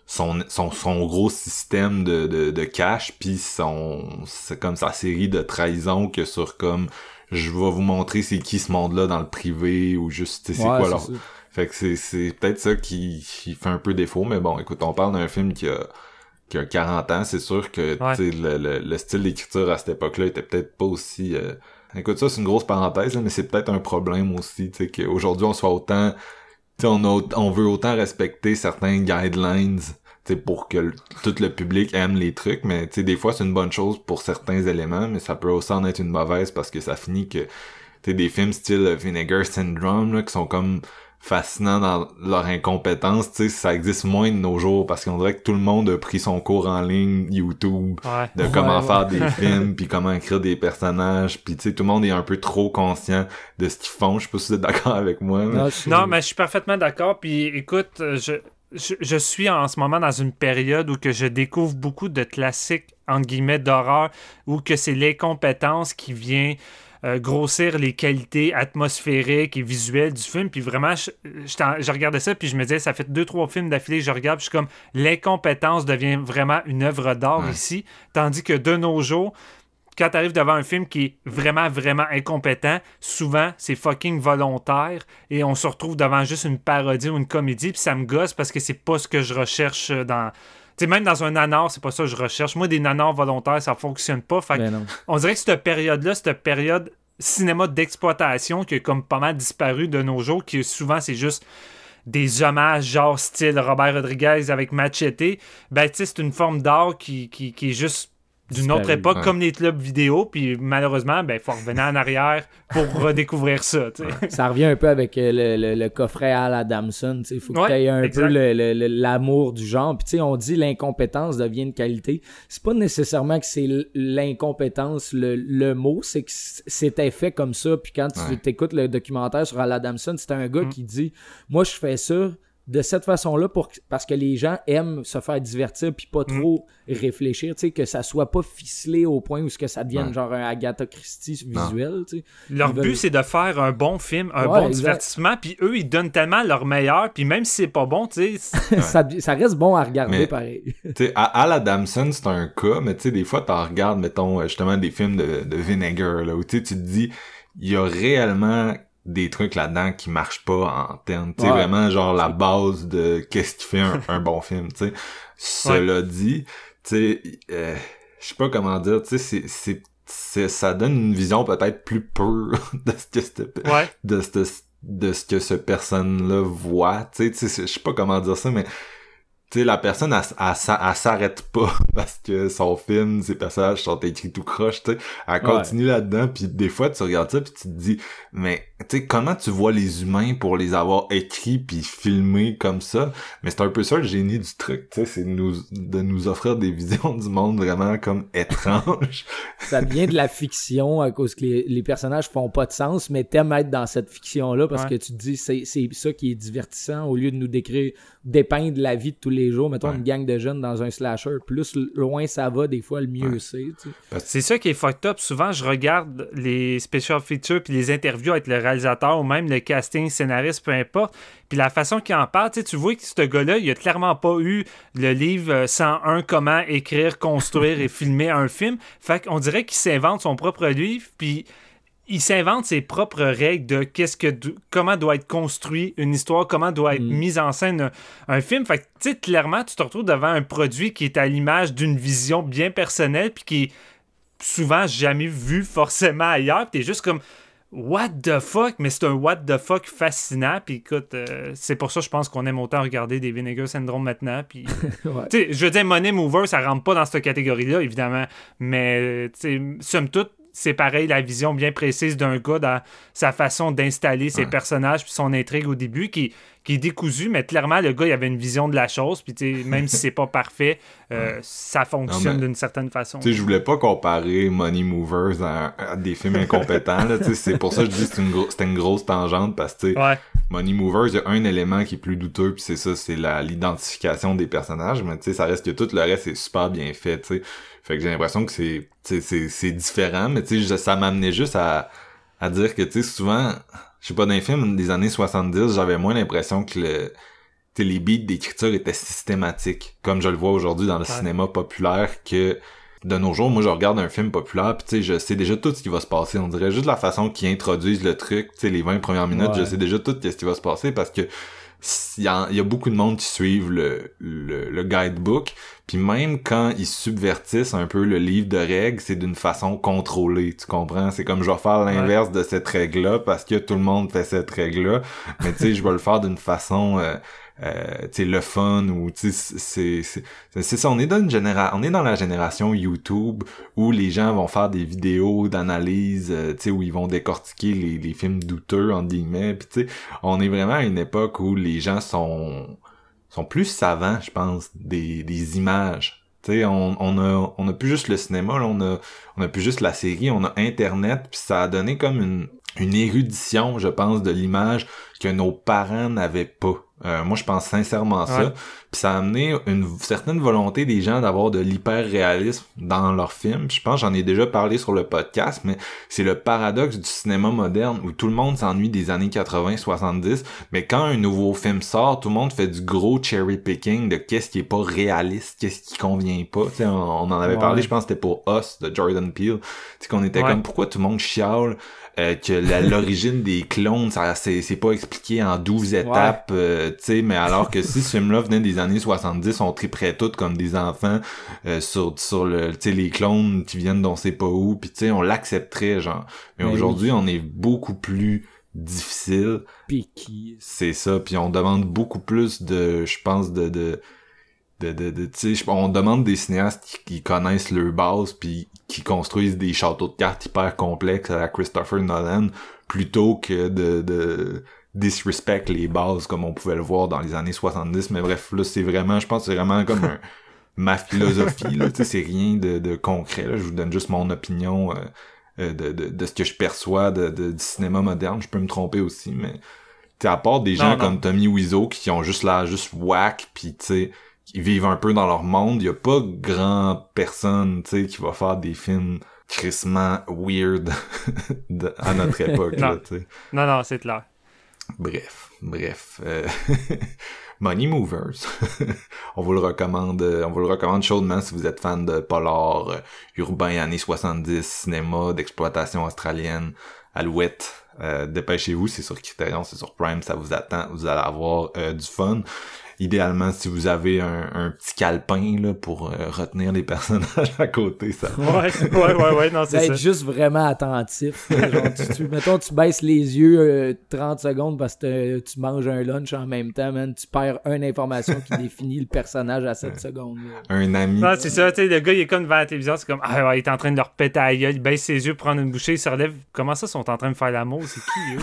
son gros système de cash, puis c'est comme sa série de trahisons que sur comme je vais vous montrer c'est qui ce monde-là dans le privé, ou juste c'est quoi leur... Fait que c'est peut-être ça qui fait un peu défaut, mais bon, écoute, on parle d'un film qui a 40 ans, c'est sûr que le style d'écriture à cette époque-là était peut-être pas aussi... Écoute, ça c'est une grosse parenthèse, là, mais c'est peut-être un problème aussi, tu sais, qu'aujourd'hui on soit autant... T'sais, on veut autant respecter certains guidelines, pour que tout le public aime les trucs, mais des fois c'est une bonne chose pour certains éléments, mais ça peut aussi en être une mauvaise parce que ça finit que des films style Vinegar Syndrome là, qui sont comme fascinants dans leur incompétence, ça existe moins de nos jours parce qu'on dirait que tout le monde a pris son cours en ligne YouTube de comment faire des films puis comment écrire des personnages, puis tout le monde est un peu trop conscient de ce qu'ils font. Je sais pas si vous êtes d'accord avec moi. Mais... Non, mais je suis parfaitement d'accord. Puis écoute, je suis en ce moment dans une période où que je découvre beaucoup de classiques entre guillemets d'horreur, où que c'est l'incompétence qui vient grossir les qualités atmosphériques et visuelles du film. Puis vraiment, je regardais ça, puis je me disais, ça fait 2-3 films d'affilée que je regarde, puis je suis comme, l'incompétence devient vraiment une œuvre d'art ici, tandis que de nos jours, quand t'arrives devant un film qui est vraiment, vraiment incompétent, souvent, c'est fucking volontaire, et on se retrouve devant juste une parodie ou une comédie, puis ça me gosse parce que c'est pas ce que je recherche dans... Tu sais, même dans un nanar, c'est pas ça que je recherche. Moi, des nanars volontaires, ça fonctionne pas. Fait on dirait que cette période-là, cette période cinéma d'exploitation qui a comme pas mal disparu de nos jours, qui souvent c'est juste des hommages genre style Robert Rodriguez avec Machete, ben tu sais, c'est une forme d'art qui est juste d'une autre époque, comme les clubs vidéo, puis malheureusement, ben faut revenir en arrière pour redécouvrir ça, tu sais. Ça revient un peu avec le coffret Al Adamson, tu sais, faut que tu aies un peu l'amour du genre, puis tu sais, on dit l'incompétence devient une qualité. C'est pas nécessairement que c'est l'incompétence le mot, c'est que c'était fait comme ça, puis quand tu t'écoutes le documentaire sur Al Adamson, c'était un gars qui dit « Moi, je fais ça de cette façon-là parce que les gens aiment se faire divertir puis pas trop réfléchir, tu sais, que ça soit pas ficelé au point où ça devienne genre un Agatha Christie visuel, tu sais. Leur but, c'est de faire un bon film, un bon divertissement, puis eux, ils donnent tellement leur meilleur, puis même si c'est pas bon, tu sais... ça reste bon à regarder, pareil. Tu sais, Al Adamson, c'est un cas, mais tu sais, des fois, t'en regardes, mettons, justement, des films de Vinegar, là, où tu te dis, il y a réellement des trucs là-dedans qui marchent pas en termes, tu sais, vraiment genre la base de qu'est-ce qui fait un bon film, tu sais. Cela dit, tu sais, je sais pas comment dire, tu sais, ça donne une vision peut-être plus pure de ce que ce personne-là voit, tu sais, je sais pas comment dire ça, mais tu sais, la personne, elle s'arrête pas parce que son film, ses personnages sont écrits tout croche, tu sais. Elle continue là-dedans, puis des fois, tu regardes ça, puis tu te dis, mais tu sais, comment tu vois les humains pour les avoir écrits puis filmés comme ça? Mais c'est un peu ça le génie du truc, tu sais, c'est de nous offrir des visions du monde vraiment comme étranges. Ça devient de la fiction à cause que les personnages font pas de sens, mais t'aimes être dans cette fiction-là parce que tu te dis, c'est ça qui est divertissant au lieu de nous dépeindre la vie de tous les jours, mettons une gang de jeunes dans un slasher, plus loin ça va, des fois le mieux c'est. Tu sais. C'est ça qui est fucked up. Souvent, je regarde les special features puis les interviews avec le réalisateur ou même le casting, scénariste, peu importe. Puis la façon qu'il en parle, tu vois que ce gars-là, il a clairement pas eu le livre 101 comment écrire, construire et filmer un film. Fait qu'on dirait qu'il s'invente son propre livre, puis il s'invente ses propres règles de comment doit être construit une histoire, comment doit être mise en scène un film. Fait que, tu sais, clairement, tu te retrouves devant un produit qui est à l'image d'une vision bien personnelle puis qui est souvent jamais vu forcément ailleurs. Puis t'es juste comme what the fuck, mais c'est un what the fuck fascinant. Puis écoute, c'est pour ça je pense qu'on aime autant regarder des Vinegar Syndrome maintenant. Puis tu sais, je veux dire, Money Mover, ça rentre pas dans cette catégorie-là, évidemment, mais tu sais, somme toute, c'est pareil, la vision bien précise d'un gars dans sa façon d'installer ses personnages puis son intrigue au début qui est décousu, mais clairement, le gars, il avait une vision de la chose, puis même si c'est pas parfait, ça fonctionne d'une certaine façon. Je voulais pas comparer Money Movers à des films incompétents, là, c'est pour ça que je dis que c'était une grosse tangente, parce que Money Movers, il y a un élément qui est plus douteux, puis c'est ça, c'est l'identification des personnages, mais ça reste que tout le reste est super bien fait, tu sais. Fait que j'ai l'impression que c'est différent, mais ça m'amenait juste à dire que, tu sais, souvent, je sais pas, dans les films des années 70, j'avais moins l'impression que les beats d'écriture étaient systématiques, comme je le vois aujourd'hui dans le cinéma populaire, que de nos jours, moi, je regarde un film populaire, pis tu sais, je sais déjà tout ce qui va se passer. On dirait juste la façon qu'ils introduisent le truc, tu sais, les 20 premières minutes, je sais déjà tout ce qui va se passer, parce que il y a beaucoup de monde qui suivent le guidebook, puis même quand ils subvertissent un peu le livre de règles, c'est d'une façon contrôlée, tu comprends? C'est comme je vais faire l'inverse de cette règle-là parce que tout le monde fait cette règle-là, mais tu sais, je vais le faire d'une façon tu sais, le fun, ou tu sais, c'est ça, on est dans la génération YouTube où les gens vont faire des vidéos d'analyse, tu sais, où ils vont décortiquer les films douteux entre guillemets, puis tu sais, on est vraiment à une époque où les gens sont plus savants, je pense, des images. Tu sais, on a plus juste le cinéma, là, on a plus juste la série, on a Internet, puis ça a donné comme une érudition, je pense, de l'image que nos parents n'avaient pas. Moi, je pense sincèrement ça. Puis ça a amené une certaine volonté des gens d'avoir de l'hyper-réalisme dans leurs films. Puis je pense, j'en ai déjà parlé sur le podcast, mais c'est le paradoxe du cinéma moderne où tout le monde s'ennuie des années 80-70, mais quand un nouveau film sort, tout le monde fait du gros cherry-picking de qu'est-ce qui est pas réaliste, qu'est-ce qui convient pas. Tu sais, on en avait parlé, je pense que c'était pour Us, de Jordan Peele. Tu sais, qu'on était comme, pourquoi tout le monde chiale que l'origine des clones, c'est pas expliqué en 12 étapes, tu sais, mais alors que si ce film-là venait des années 70, on triperait toutes comme des enfants sur le, tu sais, les clones qui viennent d'on sait pas où, puis tu sais, on l'accepterait, genre. Mais aujourd'hui, on est beaucoup plus difficile. Picky. C'est ça, puis on demande beaucoup plus de, je pense, tu sais, on demande des cinéastes qui connaissent leur base puis qui construisent des châteaux de cartes hyper complexes à la Christopher Nolan plutôt que de disrespect les bases comme on pouvait le voir dans les années 70. Mais bref, là, c'est vraiment, je pense que c'est vraiment comme ma philosophie, là, tu sais, c'est rien de concret, là, je vous donne juste mon opinion de ce que je perçois du cinéma moderne. Je peux me tromper aussi, mais tu sais, à part des gens comme Tommy Wiseau qui ont juste l'air juste whack pis tu sais, qui vivent un peu dans leur monde, y a pas grand personne, tu sais, qui va faire des films crissement weird à notre époque, là, tu sais. Non, c'est clair. Bref. Money Movers. on vous le recommande chaudement si vous êtes fan de polar urbain années 70, cinéma d'exploitation australienne, Alouette. Dépêchez-vous, c'est sur Criterion, c'est sur Prime, ça vous attend, vous allez avoir du fun. Idéalement, si vous avez un petit calepin là pour retenir les personnages à côté, ça. Ouais, non, c'est ça. Être juste vraiment attentif. Genre, mettons, tu baisses les yeux 30 secondes parce que tu manges un lunch en même temps, man. Tu perds une information qui définit le personnage à 7 secondes. Là. Un ami. Non, c'est ça, tu sais, le gars, il est comme devant la télévision, c'est comme, il est en train de leur péter à la gueule, il baisse ses yeux, prendre une bouchée, il se relève. Comment ça, ils sont en train de faire l'amour? C'est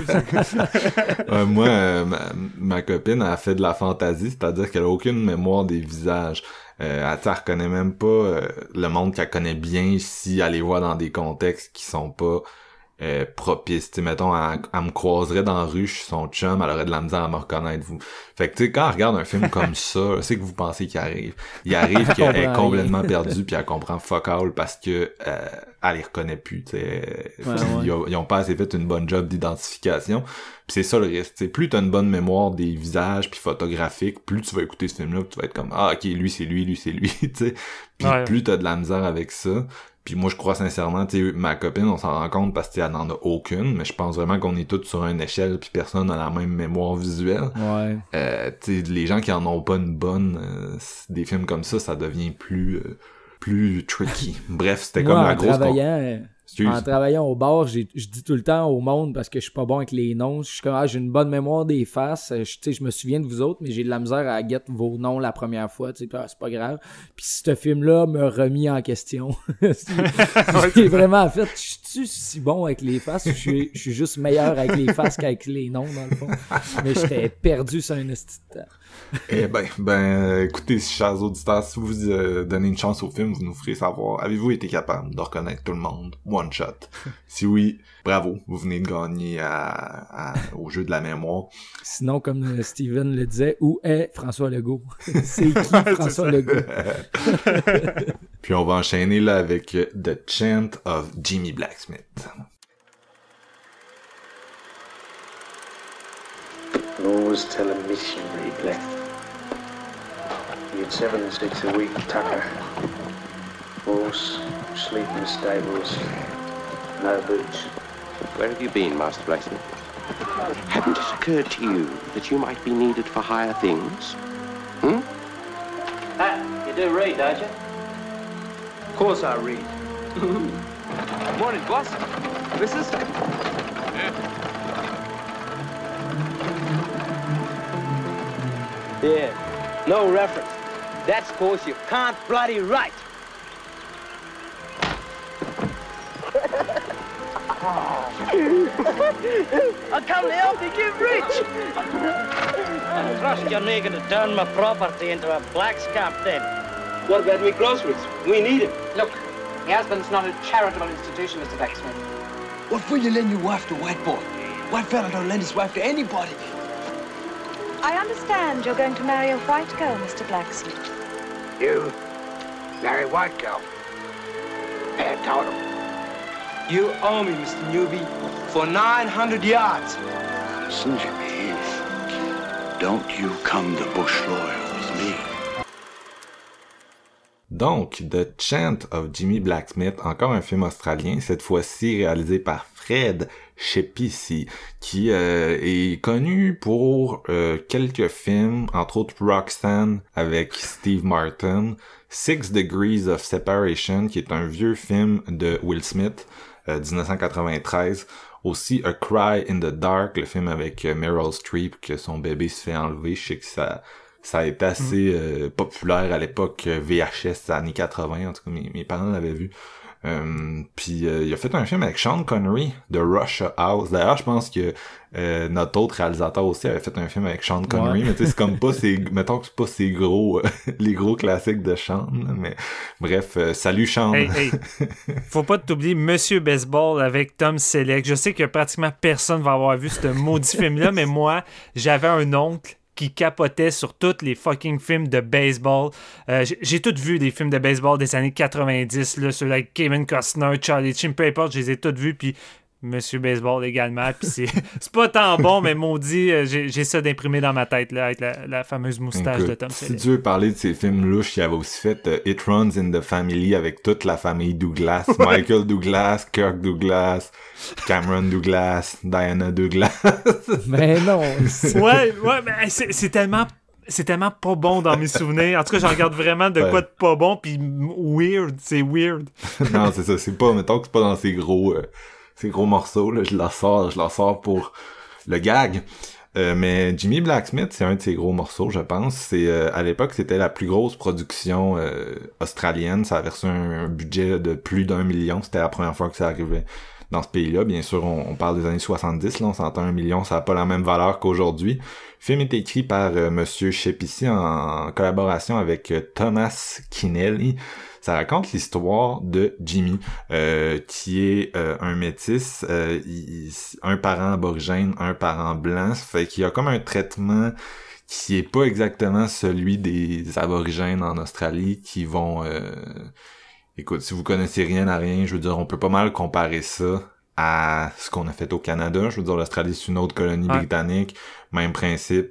qui, eux? Moi, ma copine a fait de la fantaisie, c'est-à-dire qu'elle a aucune mémoire des visages. Elle reconnaît même pas le monde qu'elle connaît bien si elle les voit dans des contextes qui sont pas propices. Tu sais, mettons, elle me croiserait dans la rue, je suis son chum, elle aurait de la misère à me reconnaître. Fait que tu sais, quand elle regarde un film comme ça, c'est que vous pensez qu'il arrive. Il arrive qu'elle est complètement perdue puis elle comprend fuck all parce que elle les reconnaît plus. Tu sais, ils ont pas assez fait une bonne job d'identification. Pis c'est ça le risque. T'sais, plus t'as une bonne mémoire des visages puis photographiques, plus tu vas écouter ce film-là, tu vas être comme ok, lui c'est lui, t'sais. Puis plus t'as de la misère avec ça. Puis moi je crois sincèrement, tu sais, ma copine, on s'en rend compte parce qu'elle n'en a aucune, mais je pense vraiment qu'on est tous sur une échelle puis personne n'a la même mémoire visuelle. Ouais. Tu sais, les gens qui en ont pas une bonne, des films comme ça devient plus tricky. Bref, c'était comme la grosse. En travaillant au bar, je dis tout le temps au monde, parce que je suis pas bon avec les noms, je suis comme, j'ai une bonne mémoire des faces, je me souviens de vous autres, mais j'ai de la misère à get vos noms la première fois, c'est pas grave. Puis ce film-là me remis en question. J'ai vraiment fait, je suis si bon avec les faces, je suis juste meilleur avec les faces qu'avec les noms, dans le fond. Mais j'étais perdu sur un esti de temps. Eh ben, écoutez, chers auditeurs, si vous donnez une chance au film, vous nous ferez savoir, avez-vous été capable de reconnaître tout le monde, one shot? Si oui, bravo, vous venez de gagner au jeu de la mémoire. Sinon, comme Steven le disait, où est François Legault? C'est qui François Legault? Puis on va enchaîner là avec The Chant of Jimmy Blacksmith. Always tell a missionary, Black. You get 7 and 6 a week, Tucker. Horse, sleep in the stables, no boots. Where have you been, Master Blacksmith? Hadn't it occurred to you that you might be needed for higher things? You do read, don't you? Of course I read. Morning, boss. Mrs. Yeah, no reference. That's cause you can't bloody write. I come to help you get rich. Trust you're not going to turn my property into a black scamp then. What about me groceries? We need it. Look, your husband's not a charitable institution, Mr. Blacksmith. What will you lend your wife to white boy? White fella don't lend his wife to anybody. I understand you're going to marry a white girl, Mr. Blacksmith. You marry white girl. Bad totem. You owe me, Mr. Newby, for 900 yards. Listen, Jimmy. Don't you come the bush loyal with me. Donc, The Chant of Jimmy Blacksmith, encore un film australien, cette fois-ci réalisé par Fred Shepisi, qui est connu pour quelques films, entre autres Roxanne avec Steve Martin, 6 Degrees of Separation, qui est un vieux film de Will Smith, 1993, aussi A Cry in the Dark, le film avec Meryl Streep, que son bébé se fait enlever. Je sais que ça a été assez populaire à l'époque VHS, années 80, en tout cas mes parents l'avaient vu. Puis il a fait un film avec Sean Connery de Russia House. D'ailleurs, je pense que notre autre réalisateur aussi avait fait un film avec Sean Connery, mais tu sais, c'est comme pas mettons que c'est pas ces gros les gros classiques de Sean, mais bref, salut Sean. Hey. Faut pas t'oublier Monsieur Baseball avec Tom Selleck. Je sais que pratiquement personne va avoir vu ce maudit film-là, mais moi, j'avais un oncle qui capotait sur tous les fucking films de baseball. J'ai tout vu des films de baseball des années 90, là, ceux avec Kevin Costner, Charlie Sheen, peu importe, je les ai tous vus, puis Monsieur Baseball également, puis c'est pas tant bon, mais maudit, j'ai ça d'imprimé dans ma tête, là, avec la fameuse moustache. Écoute, de Tom Selleck. Si tu veux parler de ces films louches, il avait aussi fait It Runs in the Family avec toute la famille Douglas, Michael Douglas, Kirk Douglas, Cameron Douglas, Diana Douglas. Mais non. Ouais, mais c'est tellement pas bon dans mes souvenirs. En tout cas, j'en regarde vraiment de quoi de pas bon, puis weird, c'est weird. Non, c'est ça, c'est pas, mettons que c'est pas dans ces gros morceaux, là, je la sors pour le gag. Mais Jimmy Blacksmith, c'est un de ces gros morceaux, je pense. C'est à l'époque, c'était la plus grosse production australienne. Ça avait reçu un budget de plus d'1 million. C'était la première fois que ça arrivait dans ce pays-là. Bien sûr, on parle des années 70, là, on s'entend 1 million, ça n'a pas la même valeur qu'aujourd'hui. Le film est écrit par Monsieur Shepisi en collaboration avec Thomas Keneally. Ça raconte l'histoire de Jimmy, qui est un métis, un parent aborigène, un parent blanc, ça fait qu'il y a comme un traitement qui est pas exactement celui des aborigènes en Australie qui vont... Écoute, si vous connaissez rien à rien, je veux dire, on peut pas mal comparer ça à ce qu'on a fait au Canada. Je veux dire, l'Australie, c'est une autre colonie britannique, même principe.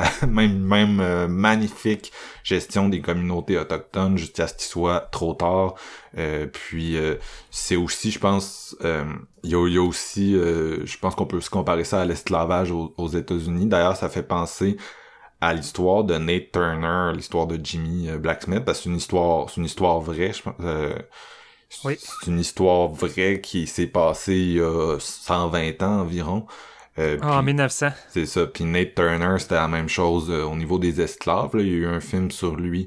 Même magnifique gestion des communautés autochtones jusqu'à ce qu'il soit trop tard. Puis c'est aussi, je pense, il y a aussi, je pense qu'on peut se comparer ça à l'esclavage aux États-Unis. D'ailleurs, ça fait penser à l'histoire de Nate Turner, l'histoire de Jimmy Blacksmith, parce que c'est une histoire vraie, je pense. Oui. C'est une histoire vraie qui s'est passée il y a 120 ans environ. En 1900. C'est ça. Puis Nate Turner, c'était la même chose au niveau des esclaves. Là. Il y a eu un film sur lui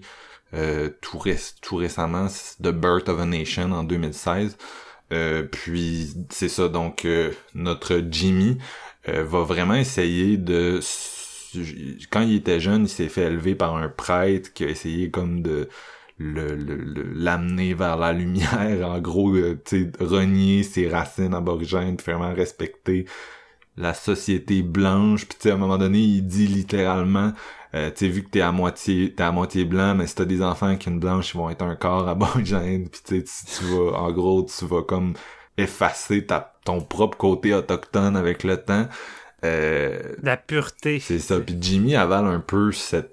tout récemment, The Birth of a Nation en 2016. Puis c'est ça. Donc notre Jimmy va vraiment essayer de... Quand il était jeune, il s'est fait élever par un prêtre qui a essayé comme de l'amener vers la lumière. En gros, tu sais, renier ses racines aborigènes, puis vraiment respecter la société blanche. Puis tu sais, à un moment donné, il dit littéralement, tu sais, vu que t'es à moitié blanc, mais si t'as des enfants avec une blanche, ils vont être un corps aborigène. Puis tu sais, tu vas, en gros, tu vas comme effacer ton propre côté autochtone avec le temps. La pureté. C'est ça. Puis Jimmy avale un peu ça,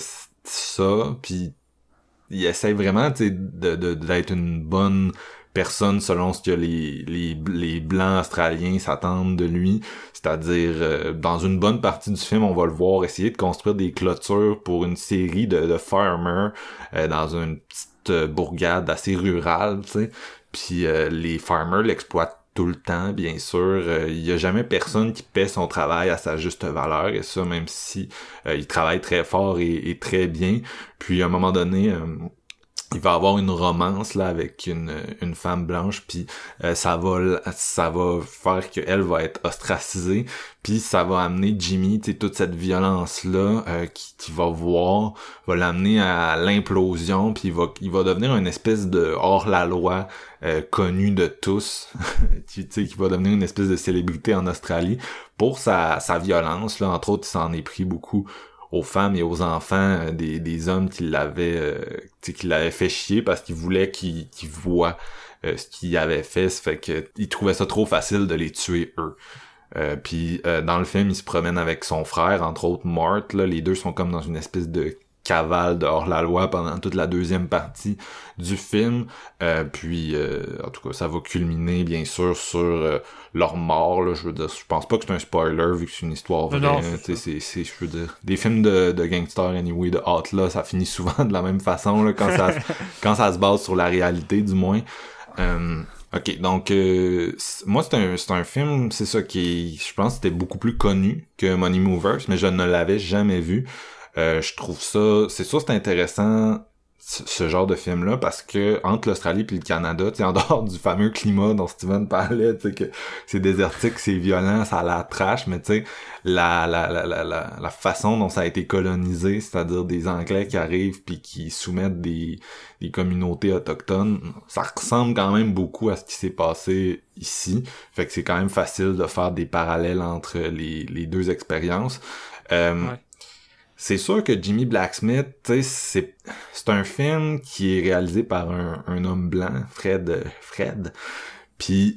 puis il essaie vraiment, tu sais, d'être une bonne personne selon ce que les blancs australiens s'attendent de lui, c'est-à-dire dans une bonne partie du film, on va le voir essayer de construire des clôtures pour une série de farmers dans une petite bourgade assez rurale, tu sais. Puis les farmers l'exploitent tout le temps, bien sûr. Il y a jamais personne qui paie son travail à sa juste valeur, et ça, même si il travaille très fort et très bien. Puis à un moment donné, il va avoir une romance là avec une femme blanche, puis ça va faire qu'elle va être ostracisée, puis ça va amener Jimmy, tu sais, toute cette violence là qu'il va voir, va l'amener à l'implosion, puis il va devenir une espèce de hors-la-loi connu de tous, tu sais, qui va devenir une espèce de célébrité en Australie pour sa violence là. Entre autres, il s'en est pris beaucoup aux femmes et aux enfants des hommes qui l'avaient fait chier parce qu'ils voulaient qu'ils voient ce qu'il avait fait. Ça fait que ils trouvaient ça trop facile de les tuer eux. Puis dans le film, il se promène avec son frère, entre autres Mort, là, les deux sont comme dans une espèce de cavale de hors-la-loi pendant toute la deuxième partie du film. Puis, en tout cas, ça va culminer, bien sûr, sur leur mort. Là. Je veux dire, je pense pas que c'est un spoiler, vu que c'est une histoire vraie. Non, c'est, je veux dire, des films de gangsters, anyway, de Outlaw, ça finit souvent de la même façon, là, quand ça se base sur la réalité, du moins. Ok, donc moi c'est un film, c'est ça qui, je pense, c'était beaucoup plus connu que Money Movers, mais je ne l'avais jamais vu. Je trouve ça, c'est sûr, c'est intéressant ce genre de film-là parce que entre l'Australie puis le Canada, tu sais, en dehors du fameux climat dont Steven parlait, tu sais, que c'est désertique, c'est violent, ça a la trash, mais tu sais, la façon dont ça a été colonisé, c'est-à-dire des Anglais qui arrivent puis qui soumettent des communautés autochtones, ça ressemble quand même beaucoup à ce qui s'est passé ici. Fait que c'est quand même facile de faire des parallèles entre les deux expériences. Ouais. C'est sûr que Jimmy Blacksmith, tu sais, c'est un film qui est réalisé par un homme blanc, Fred. Puis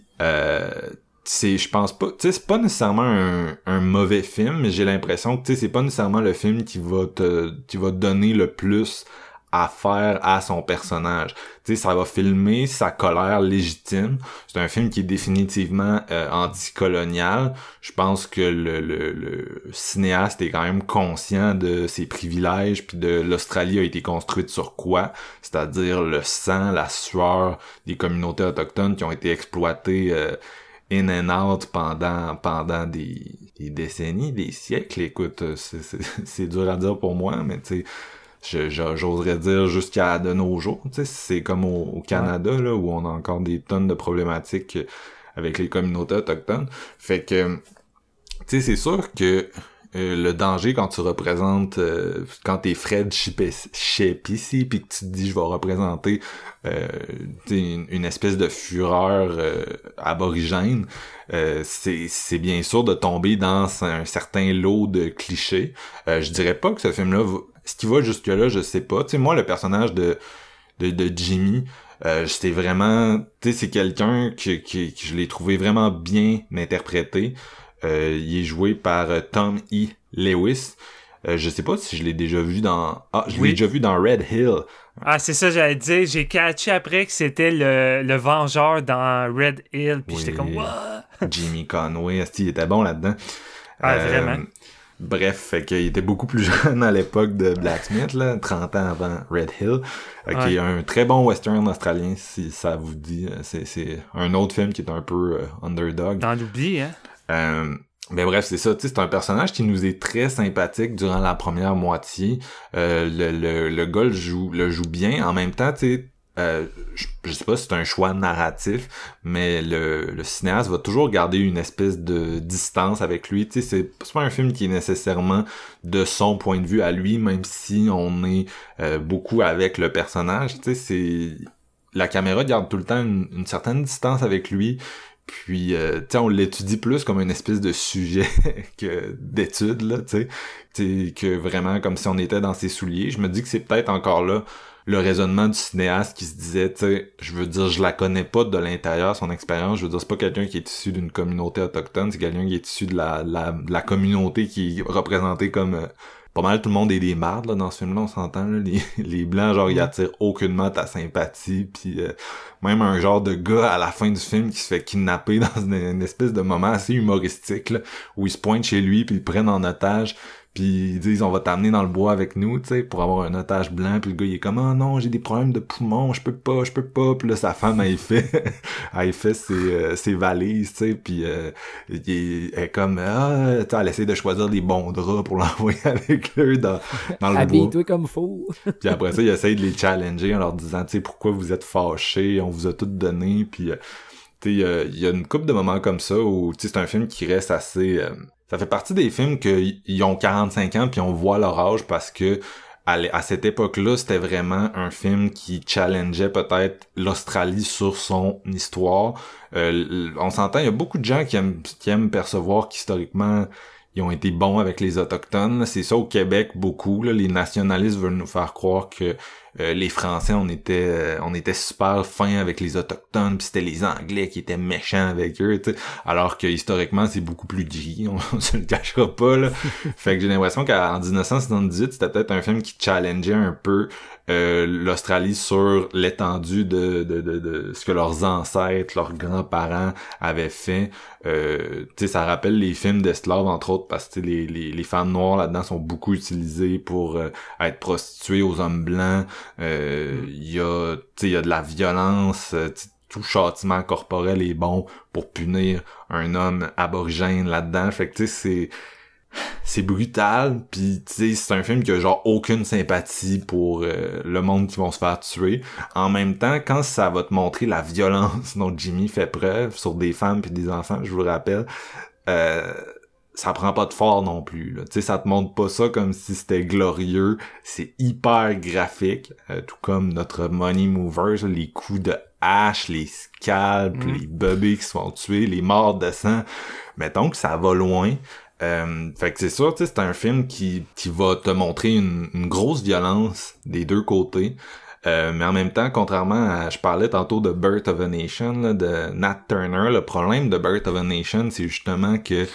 je pense pas, tu sais, c'est pas nécessairement un mauvais film, mais j'ai l'impression que tu sais, c'est pas nécessairement le film qui va te donner le plus à faire à son personnage. Tu sais, ça va filmer sa colère légitime. C'est un film qui est définitivement anticolonial. Je pense que le cinéaste est quand même conscient de ses privilèges, puis de l'Australie a été construite sur quoi? C'est-à-dire le sang, la sueur des communautés autochtones qui ont été exploitées in and out pendant des décennies, des siècles. Écoute, c'est dur à dire pour moi, mais tu sais, j'oserais dire jusqu'à de nos jours, tu sais, c'est comme au Canada, là, où on a encore des tonnes de problématiques avec les communautés autochtones. Fait que, tu sais, c'est sûr que le danger quand tu représentes, quand t'es Fred Schepisi pis que tu te dis je vais représenter une espèce de fureur aborigène, c'est bien sûr de tomber dans un certain lot de clichés. Je dirais pas que ce film-là ce qui va jusque-là, je sais pas. Tu sais, moi, le personnage de Jimmy, c'était vraiment, tu sais, c'est quelqu'un que je l'ai trouvé vraiment bien interprété. Il est joué par Tom E. Lewis. Je sais pas si je l'ai déjà vu dans... je l'ai déjà vu dans Red Hill. Ah, c'est ça, j'allais dire. J'ai catché après que c'était le Vengeur dans Red Hill. Puis j'étais comme, what? Jimmy Conway, il était bon là-dedans. Ah, vraiment? Bref, fait qu'il était beaucoup plus jeune à l'époque de Blacksmith, là, 30 ans avant Red Hill. Qui est un très bon western australien, si ça vous dit. C'est un autre film qui est un peu underdog. Dans l'oubli, hein? Mais bref, c'est ça, tu sais, c'est un personnage qui nous est très sympathique durant la première moitié. Le gars le joue bien. En même temps, tu sais, je sais pas si c'est un choix narratif, mais le cinéaste va toujours garder une espèce de distance avec lui. Tu sais, c'est pas un film qui est nécessairement de son point de vue à lui, même si on est beaucoup avec le personnage. Tu sais, la caméra garde tout le temps une certaine distance avec lui. Puis, tu sais, on l'étudie plus comme une espèce de sujet que d'étude, là, tu sais, que vraiment comme si on était dans ses souliers. Je me dis que c'est peut-être encore là le raisonnement du cinéaste qui se disait, tu sais, je veux dire, je la connais pas de l'intérieur, son expérience. Je veux dire, c'est pas quelqu'un qui est issu d'une communauté autochtone, c'est quelqu'un qui est issu de la communauté qui est représentée comme... pas mal tout le monde est des mardes là dans ce film-là, on s'entend là, les blancs genre ils attirent aucunement ta sympathie, puis même un genre de gars à la fin du film qui se fait kidnapper dans une espèce de moment assez humoristique là, où ils se pointent chez lui puis ils le prennent en otage, puis ils disent on va t'amener dans le bois avec nous, tu sais, pour avoir un otage blanc, puis le gars il est comme oh non, j'ai des problèmes de poumons, je peux pas, puis là sa femme elle fait ses valises, tu sais, puis elle est comme tu sais, elle essaie de choisir des bons draps pour l'envoyer avec eux dans le bois. Habille-toi comme fou. Puis après ça, il essaie de les challenger en leur disant tu sais pourquoi vous êtes fâchés, on vous a tout donné, puis tu sais il y a une couple de moments comme ça où tu sais c'est un film qui reste assez ça fait partie des films qu'ils ont 45 ans puis on voit leur âge parce que à cette époque-là, c'était vraiment un film qui challengeait peut-être l'Australie sur son histoire. On s'entend, il y a beaucoup de gens qui aiment percevoir qu'historiquement, ils ont été bons avec les Autochtones. C'est ça au Québec, beaucoup. Là, les nationalistes veulent nous faire croire que les Français, on était super fins avec les Autochtones, puis c'était les Anglais qui étaient méchants avec eux, tu sais. Alors que historiquement, c'est beaucoup plus gris, on se le cachera pas, là. Fait que j'ai l'impression qu'en 1978, c'était peut-être un film qui challengeait un peu l'Australie sur l'étendue de ce que leurs ancêtres, leurs grands-parents avaient fait. Tu sais, ça rappelle les films d'esclaves, entre autres, parce que les femmes noires là-dedans sont beaucoup utilisées pour être prostituées aux hommes blancs. Il y a de la violence, tout châtiment corporel est bon pour punir un homme aborigène là-dedans. Fait que tu sais, c'est brutal, pis tu sais, c'est un film qui a genre aucune sympathie pour le monde qui vont se faire tuer. En même temps, quand ça va te montrer la violence dont Jimmy fait preuve sur des femmes puis des enfants, je vous le rappelle, ça prend pas de fort non plus. Tu sais, ça te montre pas ça comme si c'était glorieux. C'est hyper graphique, tout comme notre Money Movers, les coups de hache, les scalps, les bébés qui se font tuer, les morts de sang. Mettons que ça va loin. Fait que c'est sûr, tu sais, c'est un film qui va te montrer une grosse violence des deux côtés. Mais en même temps, contrairement à, je parlais tantôt de Birth of a Nation, là, de Nat Turner, le problème de Birth of a Nation, c'est justement que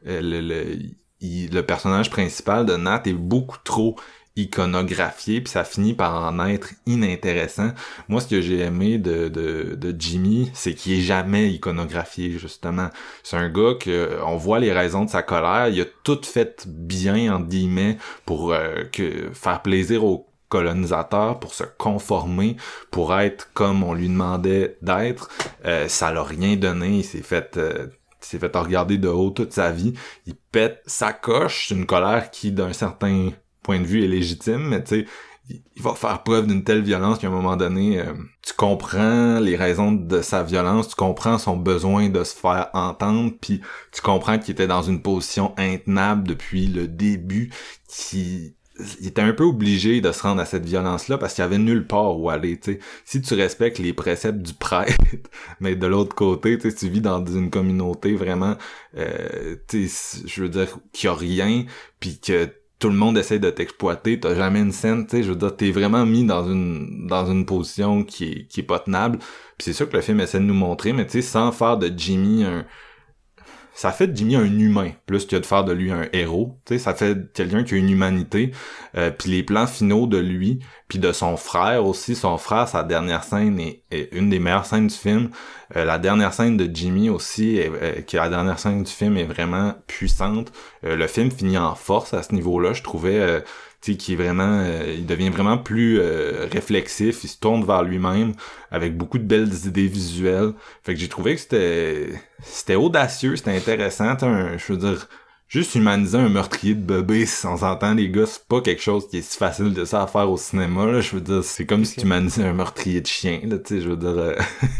le personnage principal de Nat est beaucoup trop iconographié, puis ça finit par en être inintéressant. Moi, ce que j'ai aimé de Jimmy, c'est qu'il est jamais iconographié, justement. C'est un gars que on voit les raisons de sa colère, il a tout fait bien, entre guillemets, pour faire plaisir aux colonisateurs, pour se conformer, pour être comme on lui demandait d'être. Ça l'a rien donné, il s'est fait regarder de haut toute sa vie. Il pète sa coche, c'est une colère qui, d'un certain point de vue, est légitime, mais tu sais, il va faire preuve d'une telle violence qu'à un moment donné, tu comprends les raisons de sa violence, tu comprends son besoin de se faire entendre, puis tu comprends qu'il était dans une position intenable depuis le début, il était un peu obligé de se rendre à cette violence-là parce qu'il y avait nulle part où aller, tu sais. Si tu respectes les préceptes du prêtre, mais de l'autre côté, tu sais, tu vis dans une communauté vraiment, tu sais, je veux dire, qu'il y a rien, puis que tout le monde essaie de t'exploiter, t'as jamais une scène, tu sais, je veux dire, t'es vraiment mis dans une position qui est pas tenable. Puis c'est sûr que le film essaie de nous montrer, mais tu sais, sans faire de Jimmy ça fait de Jimmy un humain, plus que de faire de lui un héros. Tu sais, ça fait quelqu'un qui a une humanité. Puis les plans finaux de lui, puis de son frère aussi. Son frère, sa dernière scène est une des meilleures scènes du film. La dernière scène de Jimmy aussi, qui est la dernière scène du film, est vraiment puissante. Le film finit en force à ce niveau-là, je trouvais. Qui est vraiment, il devient vraiment plus réflexif, il se tourne vers lui-même avec beaucoup de belles idées visuelles. Fait que j'ai trouvé que c'était audacieux, c'était intéressant. Je veux dire, juste humaniser un meurtrier de bébé, si on s'entend, les gars, c'est pas quelque chose qui est si facile de ça à faire au cinéma, là. Je veux dire, c'est comme si tu humanisais un meurtrier de chien, là, tu sais, je veux dire,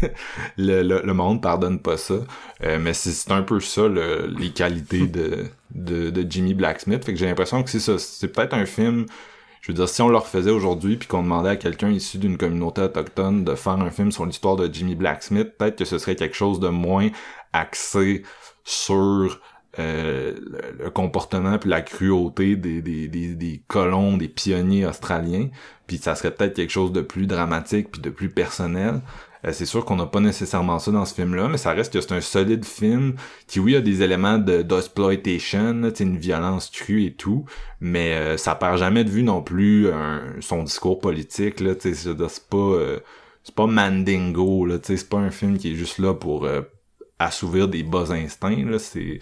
le monde pardonne pas ça. Mais c'est un peu ça, les qualités de Jimmy Blacksmith. Fait que j'ai l'impression que c'est ça. C'est peut-être un film, je veux dire, si on le refaisait aujourd'hui puis qu'on demandait à quelqu'un issu d'une communauté autochtone de faire un film sur l'histoire de Jimmy Blacksmith, peut-être que ce serait quelque chose de moins axé sur le comportement puis la cruauté des colons, des pionniers australiens, puis ça serait peut-être quelque chose de plus dramatique puis de plus personnel. C'est sûr qu'on n'a pas nécessairement ça dans ce film-là, mais ça reste que c'est un solide film qui, oui, a des éléments d'exploitation, une violence crue et tout, mais ça perd jamais de vue non plus son discours politique, là, c'est pas Mandingo, là, c'est pas un film qui est juste là pour assouvir des bas instincts, là, c'est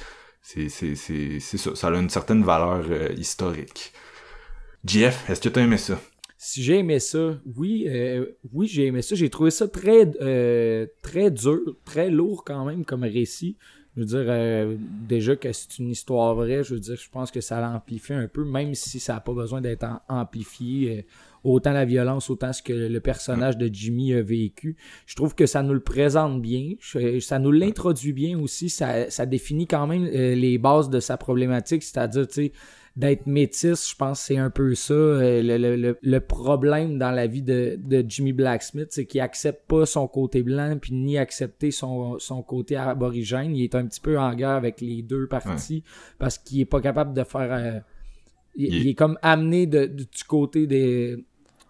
ça, ça a une certaine valeur historique. Jeff, est-ce que t'as aimé ça? Si j'ai aimé ça, oui, j'ai aimé ça. J'ai trouvé ça très dur, très lourd quand même comme récit. Je veux dire, déjà que c'est une histoire vraie, je veux dire, je pense que ça l'amplifie un peu, même si ça n'a pas besoin d'être amplifié. Autant la violence, autant ce que le personnage de Jimmy a vécu. Je trouve que ça nous le présente bien, ça nous l'introduit bien aussi, ça définit quand même les bases de sa problématique, c'est-à-dire, tu sais, d'être métis, je pense que c'est un peu ça. Le problème dans la vie de Jimmy Blacksmith, c'est qu'il accepte pas son côté blanc puis ni accepter son côté aborigène. Il est un petit peu en guerre avec les deux parties parce qu'il est pas capable de faire... Il est comme amené du côté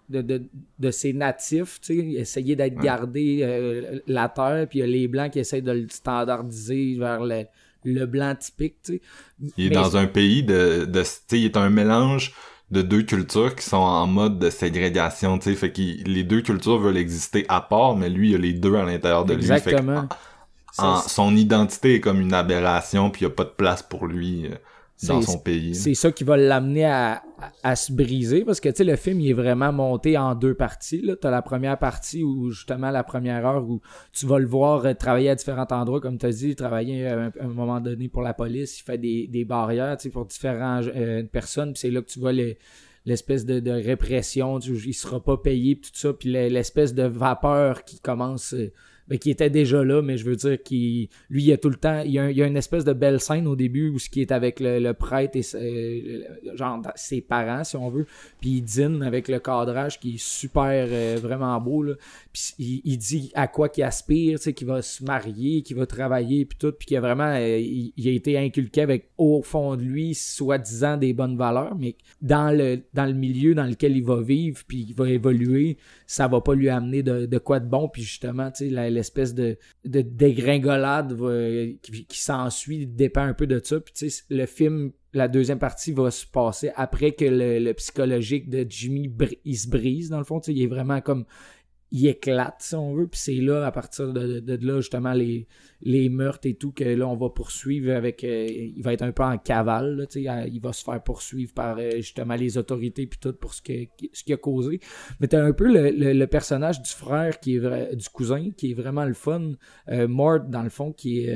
de ses natifs, tu sais, essayer d'être gardé la terre, puis il y a les Blancs qui essayent de le standardiser vers le blanc typique, tu sais. Il est dans un pays tu sais, il est un mélange de deux cultures qui sont en mode de ségrégation, tu sais, fait que les deux cultures veulent exister à part, mais lui, il y a les deux à l'intérieur de lui. Exactement. Son identité est comme une aberration, puis il n'y a pas de place pour lui dans son pays. C'est ça qui va l'amener à se briser, parce que tu sais, le film il est vraiment monté en deux parties. Là. T'as la première partie où justement la première heure où tu vas le voir travailler à différents endroits, comme tu as dit, travailler à un moment donné pour la police, il fait des barrières pour différentes personnes, puis c'est là que tu vois l'espèce de répression, il sera pas payé, pis tout ça, puis l'espèce de vapeur qui commence... qui était déjà là, mais je veux dire lui, il y a tout le temps, il y a une espèce de belle scène au début où ce qui est avec le prêtre et genre ses parents, si on veut, puis il dîne avec le cadrage qui est super vraiment beau, là. Puis il dit à quoi qu'il aspire, tu sais, qu'il va se marier, qu'il va travailler, puis tout, puis qu'il a vraiment, il a été inculqué avec au fond de lui, soi-disant des bonnes valeurs, mais dans le milieu dans lequel il va vivre, puis il va évoluer, ça va pas lui amener de quoi de bon, puis justement, tu sais, l'espèce de dégringolade qui s'ensuit dépend un peu de ça. Puis tu sais, le film, la deuxième partie va se passer après que le psychologique de Jimmy il se brise, dans le fond. Tu sais, il est vraiment comme... il éclate, si on veut, puis c'est là, à partir de là, justement, les meurtres et tout, que là, on va poursuivre avec... il va être un peu en cavale, là, tu sais, il va se faire poursuivre par, justement, les autorités puis tout, pour ce qui a causé. Mais t'as un peu le personnage du frère, du cousin, qui est vraiment le fun. Mort, dans le fond, qui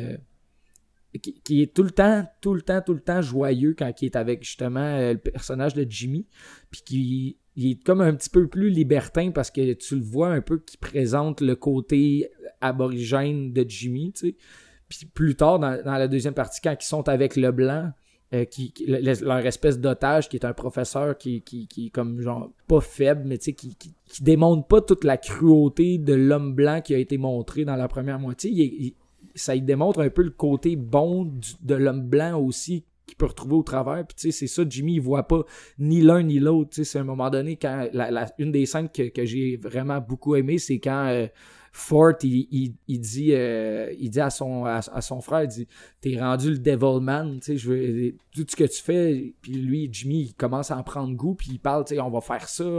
est tout le temps joyeux quand il est avec, justement, le personnage de Jimmy, puis il est comme un petit peu plus libertin parce que tu le vois un peu qui présente le côté aborigène de Jimmy, tu sais. Puis plus tard, dans la deuxième partie, quand ils sont avec le blanc, leur espèce d'otage qui est un professeur qui est comme genre pas faible, mais tu sais, qui démontre pas toute la cruauté de l'homme blanc qui a été montré dans la première moitié. Ça il démontre un peu le côté bon de l'homme blanc aussi, qu'il peut retrouver au travers, puis tu sais, c'est ça, Jimmy, il voit pas ni l'un ni l'autre, tu sais, c'est à un moment donné, quand une des scènes que j'ai vraiment beaucoup aimé, c'est quand Fort, il dit à son frère, il dit, t'es rendu le Devilman, tu sais, tout ce que tu fais, puis lui, Jimmy, il commence à en prendre goût, puis il parle, tu sais, on va faire ça,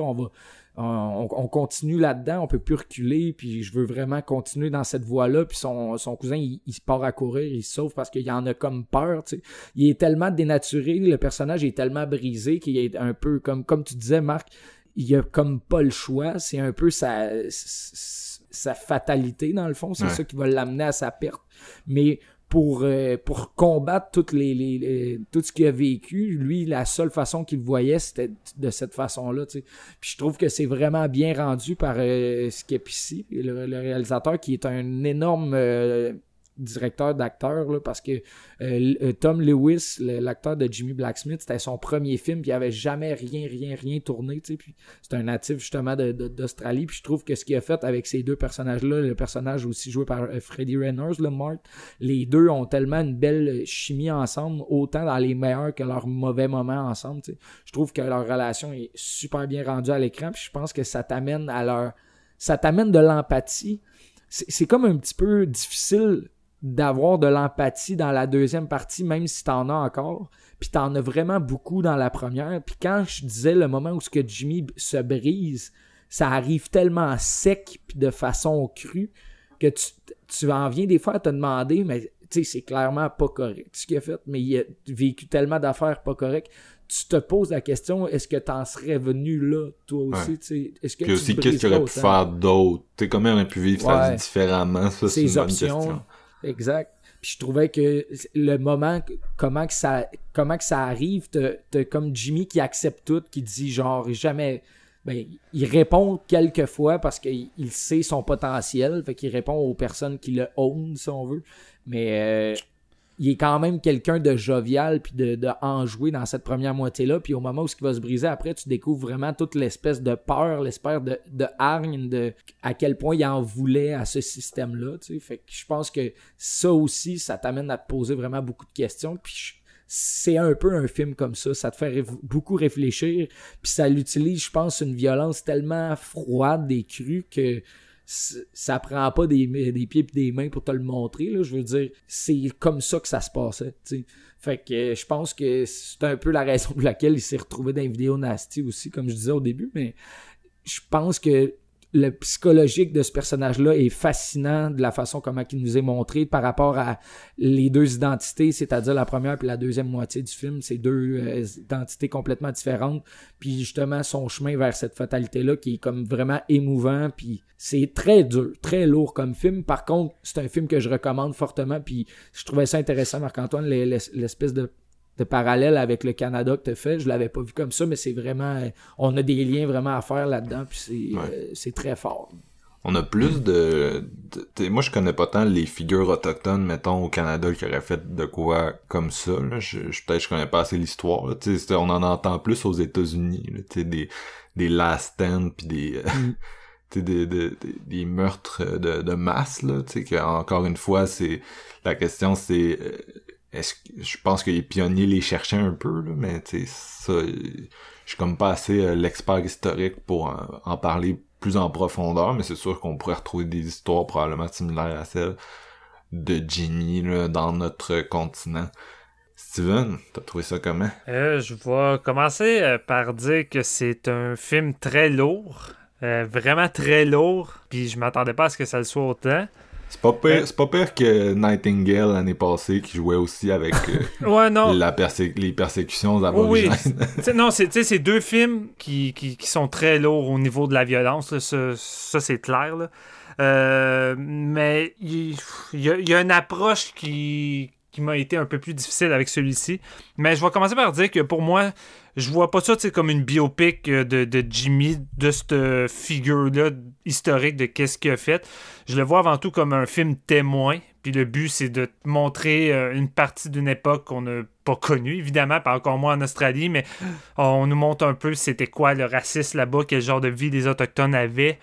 on continue là-dedans, on peut plus reculer, puis je veux vraiment continuer dans cette voie-là, puis son cousin, il se part à courir, il se sauve parce qu'il en a comme peur, tu sais. Il est tellement dénaturé, le personnage est tellement brisé qu'il est un peu, comme tu disais, Marc, il a comme pas le choix, c'est un peu sa fatalité, dans le fond, c'est ça qui va l'amener à sa perte, mais pour combattre tout ce qu'il a vécu, lui, la seule façon qu'il voyait, c'était de cette façon-là, tu sais. Puis je trouve que c'est vraiment bien rendu par Skip ici, le réalisateur, qui est un énorme directeur d'acteurs, là, parce que Tom Lewis, l'acteur de Jimmy Blacksmith, c'était son premier film, puis il avait jamais rien tourné, tu sais, puis c'est un natif justement d'Australie, puis je trouve que ce qu'il a fait avec ces deux personnages-là, le personnage aussi joué par Freddie Reynolds, le Mart, les deux ont tellement une belle chimie ensemble, autant dans les meilleurs que leurs mauvais moments ensemble, tu sais. Je trouve que leur relation est super bien rendue à l'écran, puis je pense que ça t'amène de l'empathie. C'est comme un petit peu difficile d'avoir de l'empathie dans la deuxième partie, même si t'en as encore, puis t'en as vraiment beaucoup dans la première. Puis quand je disais le moment où ce que Jimmy se brise, ça arrive tellement sec puis de façon crue que tu en viens des fois à te demander, mais tu sais, c'est clairement pas correct ce qu'il a fait, mais il a vécu tellement d'affaires pas correctes. Tu te poses la question, est-ce que t'en serais venu là, toi aussi, tu sais? Est-ce que aussi, qu'est-ce qu'il aurait pu faire d'autre? Tu sais, comment il aurait pu vivre sa vie différemment? Ça, c'est une bonne question. Exact. Puis je trouvais que le moment, comment que ça arrive, t'as comme Jimmy qui accepte tout, qui dit genre jamais... Ben, il répond quelquefois parce qu'il sait son potentiel, fait qu'il répond aux personnes qui le own, si on veut. Mais il est quand même quelqu'un de jovial puis de enjoué dans cette première moitié-là. Puis au moment où ce qui va se briser, après, tu découvres vraiment toute l'espèce de peur, l'espèce de hargne, à quel point il en voulait à ce système-là. Tu sais. Fait que je pense que ça aussi, ça t'amène à te poser vraiment beaucoup de questions. Puis c'est un peu un film comme ça te fait beaucoup réfléchir, puis ça l'utilise, je pense, une violence tellement froide et crue que ça prend pas des pieds et des mains pour te le montrer, là. Je veux dire, c'est comme ça que ça se passait, tu sais. Fait que je pense que c'est un peu la raison pour laquelle il s'est retrouvé dans les vidéos nasty aussi, comme je disais au début, mais je pense que le psychologique de ce personnage-là est fascinant de la façon comment il nous est montré par rapport à les deux identités, c'est-à-dire la première et la deuxième moitié du film, c'est deux identités complètement différentes, puis justement son chemin vers cette fatalité-là qui est comme vraiment émouvant, puis c'est très dur, très lourd comme film. Par contre, c'est un film que je recommande fortement, puis je trouvais ça intéressant, Marc-Antoine, l'espèce de parallèle avec le Canada que tu as fait, je l'avais pas vu comme ça, mais c'est vraiment, on a des liens vraiment à faire là-dedans, puis c'est très fort. On a plus moi je connais pas tant les figures autochtones, mettons, au Canada qui auraient fait de quoi comme ça, là. Peut-être je connais pas assez l'histoire, là. On en entend plus aux États-Unis, là, des last stand pis des meurtres de masse, là, que encore une fois, la question c'est je pense que les pionniers les cherchaient un peu, là, mais tu sais, ça, je suis comme pas assez l'expert historique pour en parler plus en profondeur, mais c'est sûr qu'on pourrait retrouver des histoires probablement similaires à celles de Jimmy là, dans notre continent. Steven, t'as trouvé ça comment? Je vais commencer par dire que c'est un film très lourd, vraiment très lourd, puis je m'attendais pas à ce que ça le soit autant. C'est pas pire que Nightingale l'année passée qui jouait aussi avec non. les persécutions aborigènes. Oui. Non, c'est deux films qui sont très lourds au niveau de la violence, là, ça c'est clair. Là. Mais il y a une approche qui m'a été un peu plus difficile avec celui-ci. Mais je vais commencer par dire que pour moi, je vois pas ça comme une biopic de Jimmy, de cette figure-là historique de qu'est-ce qu'il a fait. Je le vois avant tout comme un film témoin. Puis le but, c'est de montrer une partie d'une époque qu'on n'a pas connue, évidemment, pas encore moins en Australie, mais on nous montre un peu c'était quoi le racisme là-bas, quel genre de vie les Autochtones avaient.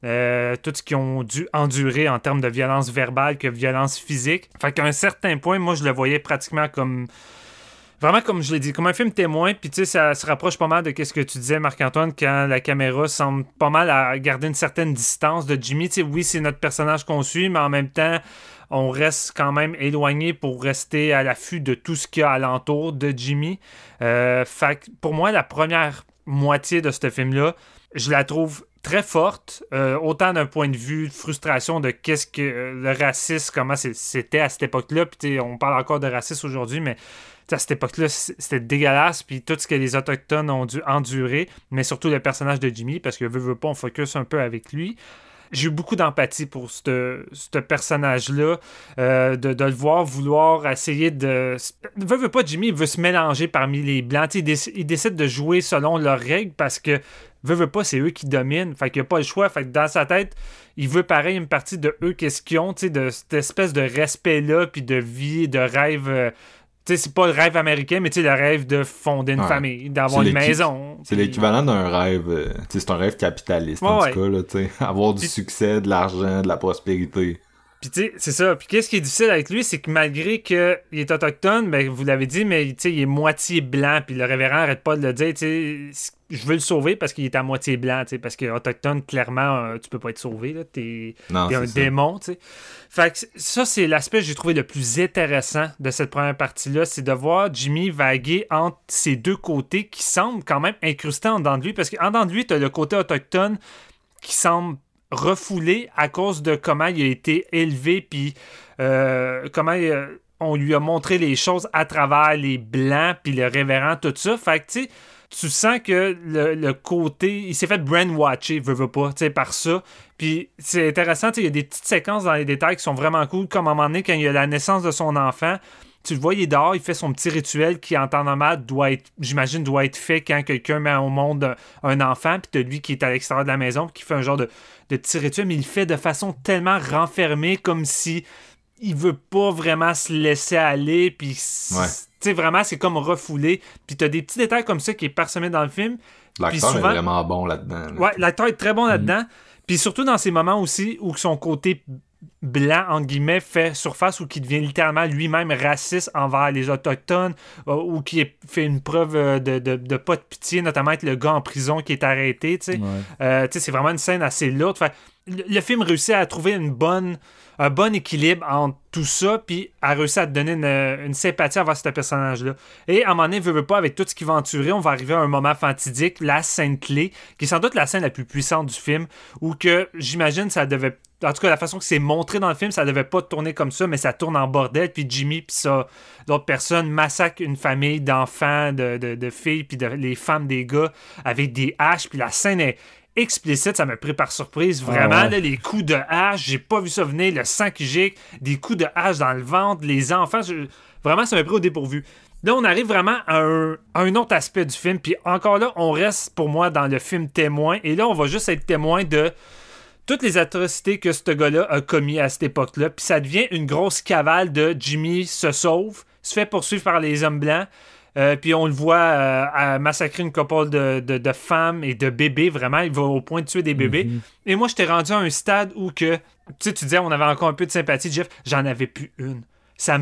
Tout ce qu'ils ont dû endurer en termes de violence verbale que violence physique. Fait qu'à un certain point, moi, je le voyais pratiquement comme... Vraiment, comme je l'ai dit, comme un film témoin. Puis, tu sais, ça se rapproche pas mal de ce que tu disais, Marc-Antoine, quand la caméra semble pas mal à garder une certaine distance de Jimmy. Tu sais, oui, c'est notre personnage qu'on suit, mais en même temps, on reste quand même éloigné pour rester à l'affût de tout ce qu'il y a alentour de Jimmy. Fait que, pour moi, la première moitié de ce film-là, je la trouve très forte, autant d'un point de vue de frustration de qu'est-ce que le racisme, comment c'était à cette époque-là, puis on parle encore de racisme aujourd'hui, mais à cette époque-là, c'était dégueulasse, puis tout ce que les Autochtones ont dû endurer, mais surtout le personnage de Jimmy, parce que veut pas, on focus un peu avec lui. J'ai eu beaucoup d'empathie pour ce personnage-là, de le voir vouloir essayer de... Veut pas, Jimmy, il veut se mélanger parmi les Blancs. Il décide de jouer selon leurs règles parce que, veut pas, c'est eux qui dominent. Fait qu'il n'y a pas le choix. Fait que dans sa tête, il veut pareil une partie de eux, qu'est-ce qu'ils ont, de cette espèce de respect-là, puis de vie, de rêve... Tu sais, c'est pas le rêve américain, mais tu sais, le rêve de fonder une famille, d'avoir une maison. C'est l'équivalent d'un rêve, tu sais, c'est un rêve capitaliste, en tout cas, là, tu sais. Avoir du succès, de l'argent, de la prospérité. Puis tu sais, c'est ça. Puis qu'est-ce qui est difficile avec lui, c'est que malgré qu'il est autochtone, ben vous l'avez dit, mais tu sais, il est moitié blanc, puis le révérend arrête pas de le dire, tu sais, je veux le sauver parce qu'il est à moitié blanc, tu sais, parce que autochtone, clairement, tu peux pas être sauvé, là, t'es un démon, tu sais. Fait que ça, c'est l'aspect que j'ai trouvé le plus intéressant de cette première partie-là, c'est de voir Jimmy vaguer entre ces deux côtés qui semblent quand même incrustés en dedans de lui, parce qu'en dedans de lui, t'as le côté autochtone qui semble refoulé à cause de comment il a été élevé, puis comment on lui a montré les choses à travers les Blancs, puis le révérend, tout ça. Fait que, tu sais, tu sens que le côté... Il s'est fait brainwatcher, veut pas, tu sais, par ça. Puis c'est intéressant, tu sais, il y a des petites séquences dans les détails qui sont vraiment cool, comme à un moment donné, quand il y a la naissance de son enfant, tu le vois, il est dehors, il fait son petit rituel qui, en temps normal, doit être fait quand quelqu'un met au monde un enfant, puis t'as lui qui est à l'extérieur de la maison, puis qui fait un genre de petit rituel, mais il le fait de façon tellement renfermée, comme si il veut pas vraiment se laisser aller, puis tu sais, vraiment, c'est comme refoulé. Puis t'as des petits détails comme ça qui est parsemé dans le film. L'acteur est vraiment bon là-dedans. Là. Ouais, l'acteur est très bon là-dedans. Puis surtout dans ces moments aussi où son côté blanc, entre guillemets, fait surface ou qui devient littéralement lui-même raciste envers les Autochtones ou qui fait une preuve de pas de pitié, notamment avec le gars en prison qui est arrêté. Tu sais, c'est vraiment une scène assez lourde. Fait, le film réussit à trouver un bon équilibre entre tout ça, puis a réussi à te donner une sympathie envers ce personnage-là. Et à un moment donné, veut pas, avec tout ce qui va enturer, on va arriver à un moment fatidique, la scène clé, qui est sans doute la scène la plus puissante du film, où que j'imagine ça devait... En tout cas, la façon que c'est montré dans le film, ça devait pas tourner comme ça, mais ça tourne en bordel, puis Jimmy puis ça, d'autres personnes massacrent une famille d'enfants, de filles, puis les femmes des gars avec des haches, puis la scène est explicite, ça m'a pris par surprise, vraiment, là, les coups de hache, j'ai pas vu ça venir, le sang qui gicle, des coups de hache dans le ventre, les enfants, vraiment, ça m'a pris au dépourvu. Là, on arrive vraiment à un autre aspect du film, puis encore là, on reste, pour moi, dans le film témoin, et là, on va juste être témoin de toutes les atrocités que ce gars-là a commis à cette époque-là, puis ça devient une grosse cavale de Jimmy se sauve, se fait poursuivre par les hommes blancs, puis on le voit à massacrer une couple de femmes et de bébés, vraiment, il va au point de tuer des bébés. Et moi, j'étais rendu à un stade où que, tu disais, on avait encore un peu de sympathie, Jeff, j'en avais plus une. Ça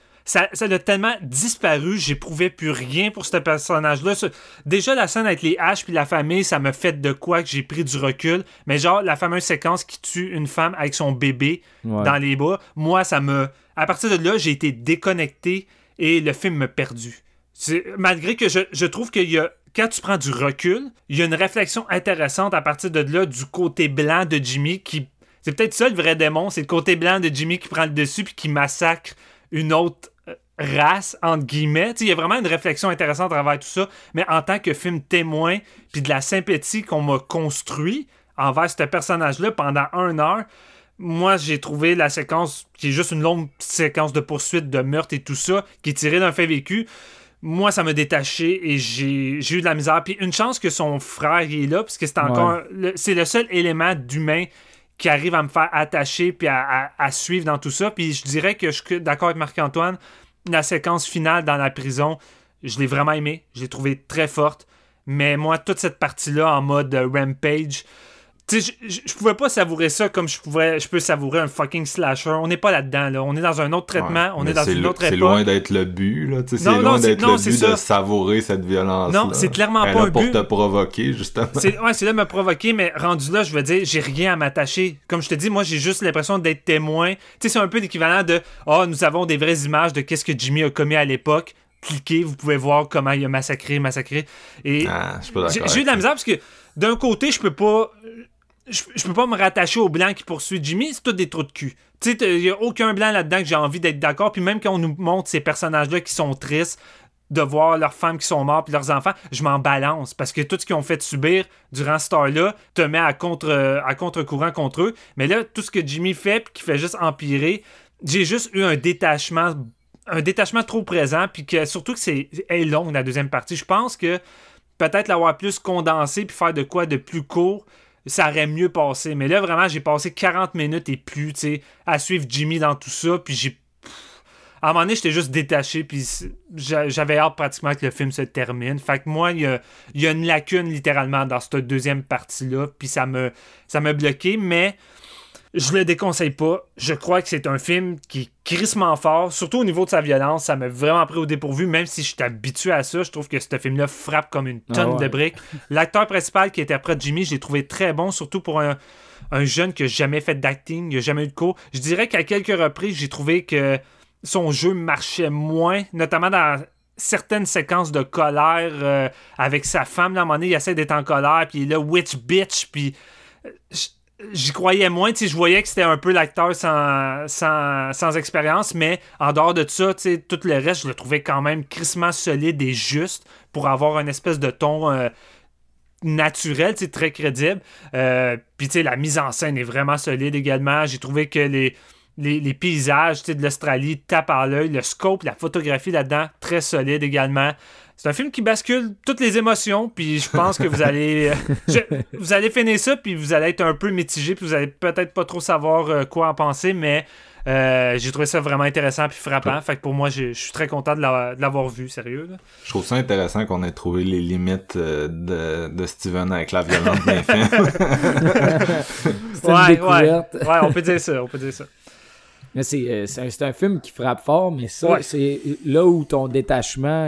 a tellement disparu, j'éprouvais plus rien pour ce personnage-là. Déjà, la scène avec les haches puis la famille, ça m'a fait de quoi que j'ai pris du recul. Mais genre, la fameuse séquence qui tue une femme avec son bébé dans les bras, moi, à partir de là, j'ai été déconnecté et le film m'a perdu. Malgré que je trouve qu'il y a, quand tu prends du recul, il y a une réflexion intéressante à partir de là du côté blanc de Jimmy qui... C'est peut-être ça le vrai démon, c'est le côté blanc de Jimmy qui prend le dessus puis qui massacre une autre race, entre guillemets. Il y a vraiment une réflexion intéressante à travers tout ça, mais en tant que film témoin puis de la sympathie qu'on m'a construit envers ce personnage-là pendant 1 heure, moi, j'ai trouvé la séquence qui est juste une longue séquence de poursuite, de meurtre et tout ça, qui est tirée d'un fait vécu. Moi, ça m'a détaché et j'ai eu de la misère. Puis une chance que son frère il est là, parce que c'est encore c'est le seul élément d'humain qui arrive à me faire attacher puis à suivre dans tout ça. Puis je dirais que je suis d'accord avec Marc-Antoine, la séquence finale dans la prison, je l'ai vraiment aimée. Je l'ai trouvée très forte. Mais moi, toute cette partie-là en mode rampage... Tu sais, je pouvais pas savourer ça comme je peux savourer un fucking slasher. On n'est pas là-dedans, là. On est dans un autre traitement, on est dans une autre époque. C'est loin d'être le but, là. C'est loin d'être le but de savourer cette violence. Non, c'est clairement pas un but. pour te provoquer, justement. C'est là de me provoquer, mais rendu là, je veux dire, j'ai rien à m'attacher. Comme je te dis, moi, j'ai juste l'impression d'être témoin. Tu sais, c'est un peu l'équivalent de nous avons des vraies images de qu'est-ce que Jimmy a commis à l'époque. Cliquez, vous pouvez voir comment il a massacré. Et je suis pas d'accord. J'ai eu de la misère parce que d'un côté, je peux pas me rattacher au blanc qui poursuit Jimmy, c'est tout des trous de cul. Tu sais, il n'y a aucun blanc là-dedans que j'ai envie d'être d'accord. Puis même quand on nous montre ces personnages-là qui sont tristes de voir leurs femmes qui sont mortes puis leurs enfants, je m'en balance. Parce que tout ce qu'ils ont fait subir durant ce temps-là te met à contre-courant contre eux. Mais là, tout ce que Jimmy fait puis qui fait juste empirer, j'ai juste eu un détachement trop présent. Puis que surtout que c'est long la deuxième partie. Je pense que peut-être l'avoir plus condensé puis faire de quoi de plus court, ça aurait mieux passé. Mais là, vraiment, j'ai passé 40 minutes et plus, tu sais, à suivre Jimmy dans tout ça, puis à un moment donné, j'étais juste détaché, puis j'avais hâte pratiquement que le film se termine. Fait que moi, il y a une lacune, littéralement, dans cette deuxième partie-là, puis ça m'a bloqué, mais je le déconseille pas. Je crois que c'est un film qui est crissement fort, surtout au niveau de sa violence. Ça m'a vraiment pris au dépourvu, même si je suis habitué à ça. Je trouve que ce film-là frappe comme une tonne de briques. L'acteur principal qui interprète Jimmy, je l'ai trouvé très bon, surtout pour un jeune qui n'a jamais fait d'acting, il n'a jamais eu de cours. Je dirais qu'à quelques reprises, j'ai trouvé que son jeu marchait moins, notamment dans certaines séquences de colère avec sa femme. Là, à un moment donné, il essaie d'être en colère, puis il est là, witch bitch, puis... J'y croyais moins, tu sais, je voyais que c'était un peu l'acteur sans expérience, mais en dehors de ça, tu sais, tout le reste, je le trouvais quand même crissement solide et juste pour avoir une espèce de ton naturel, tu sais, très crédible. Puis, tu sais, la mise en scène est vraiment solide également. J'ai trouvé que les paysages, tu sais, de l'Australie tapent à l'œil, le scope, la photographie là-dedans, très solide également. C'est un film qui bascule toutes les émotions, puis je pense que vous allez finir ça, puis vous allez être un peu mitigé, puis vous allez peut-être pas trop savoir quoi en penser, mais j'ai trouvé ça vraiment intéressant puis frappant. Fait que pour moi, je suis très content de l'avoir vu, sérieux. Là. Je trouve ça intéressant qu'on ait trouvé les limites de Steven avec la violence d'un film. Ouais, on peut dire ça. Mais c'est un film qui frappe fort, mais ça, c'est là où ton détachement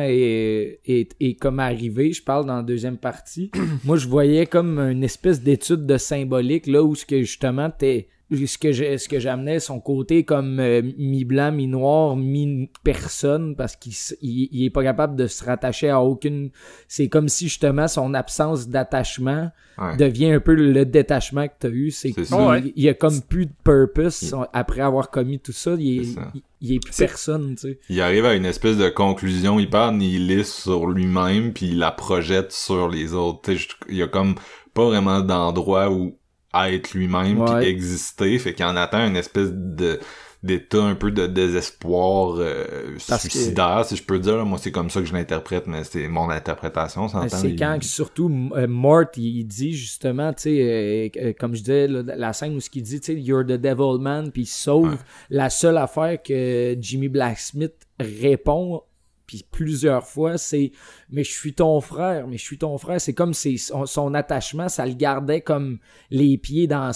est comme arrivé. Je parle dans la deuxième partie. Moi, je voyais comme une espèce d'étude de symbolique, là où ce que justement ce que j'amenais, son côté comme mi-blanc, mi-noir, mi-personne, parce qu'il est pas capable de se rattacher à aucune... C'est comme si justement son absence d'attachement devient un peu le détachement que t'as eu. Il y a comme plus de purpose après avoir commis tout ça. Il est plus personne, tu sais. Il arrive à une espèce de conclusion hyper nihiliste sur lui-même, puis il la projette sur les autres. Tu sais, il y a comme pas vraiment d'endroit où être lui-même puis exister, fait qu'il en atteint une espèce d'état un peu de désespoir suicidaire, si je peux dire. Là. Moi, c'est comme ça que je l'interprète, mais c'est mon interprétation, s'entend. C'est quand surtout Mort, il dit justement, tu sais, comme je disais, là, la scène où ce qu'il dit, tu sais, you're the devil man, puis il sauve. La seule affaire que Jimmy Blacksmith répond puis plusieurs fois, c'est « mais je suis ton frère ». C'est comme son attachement, ça le gardait comme les pieds dans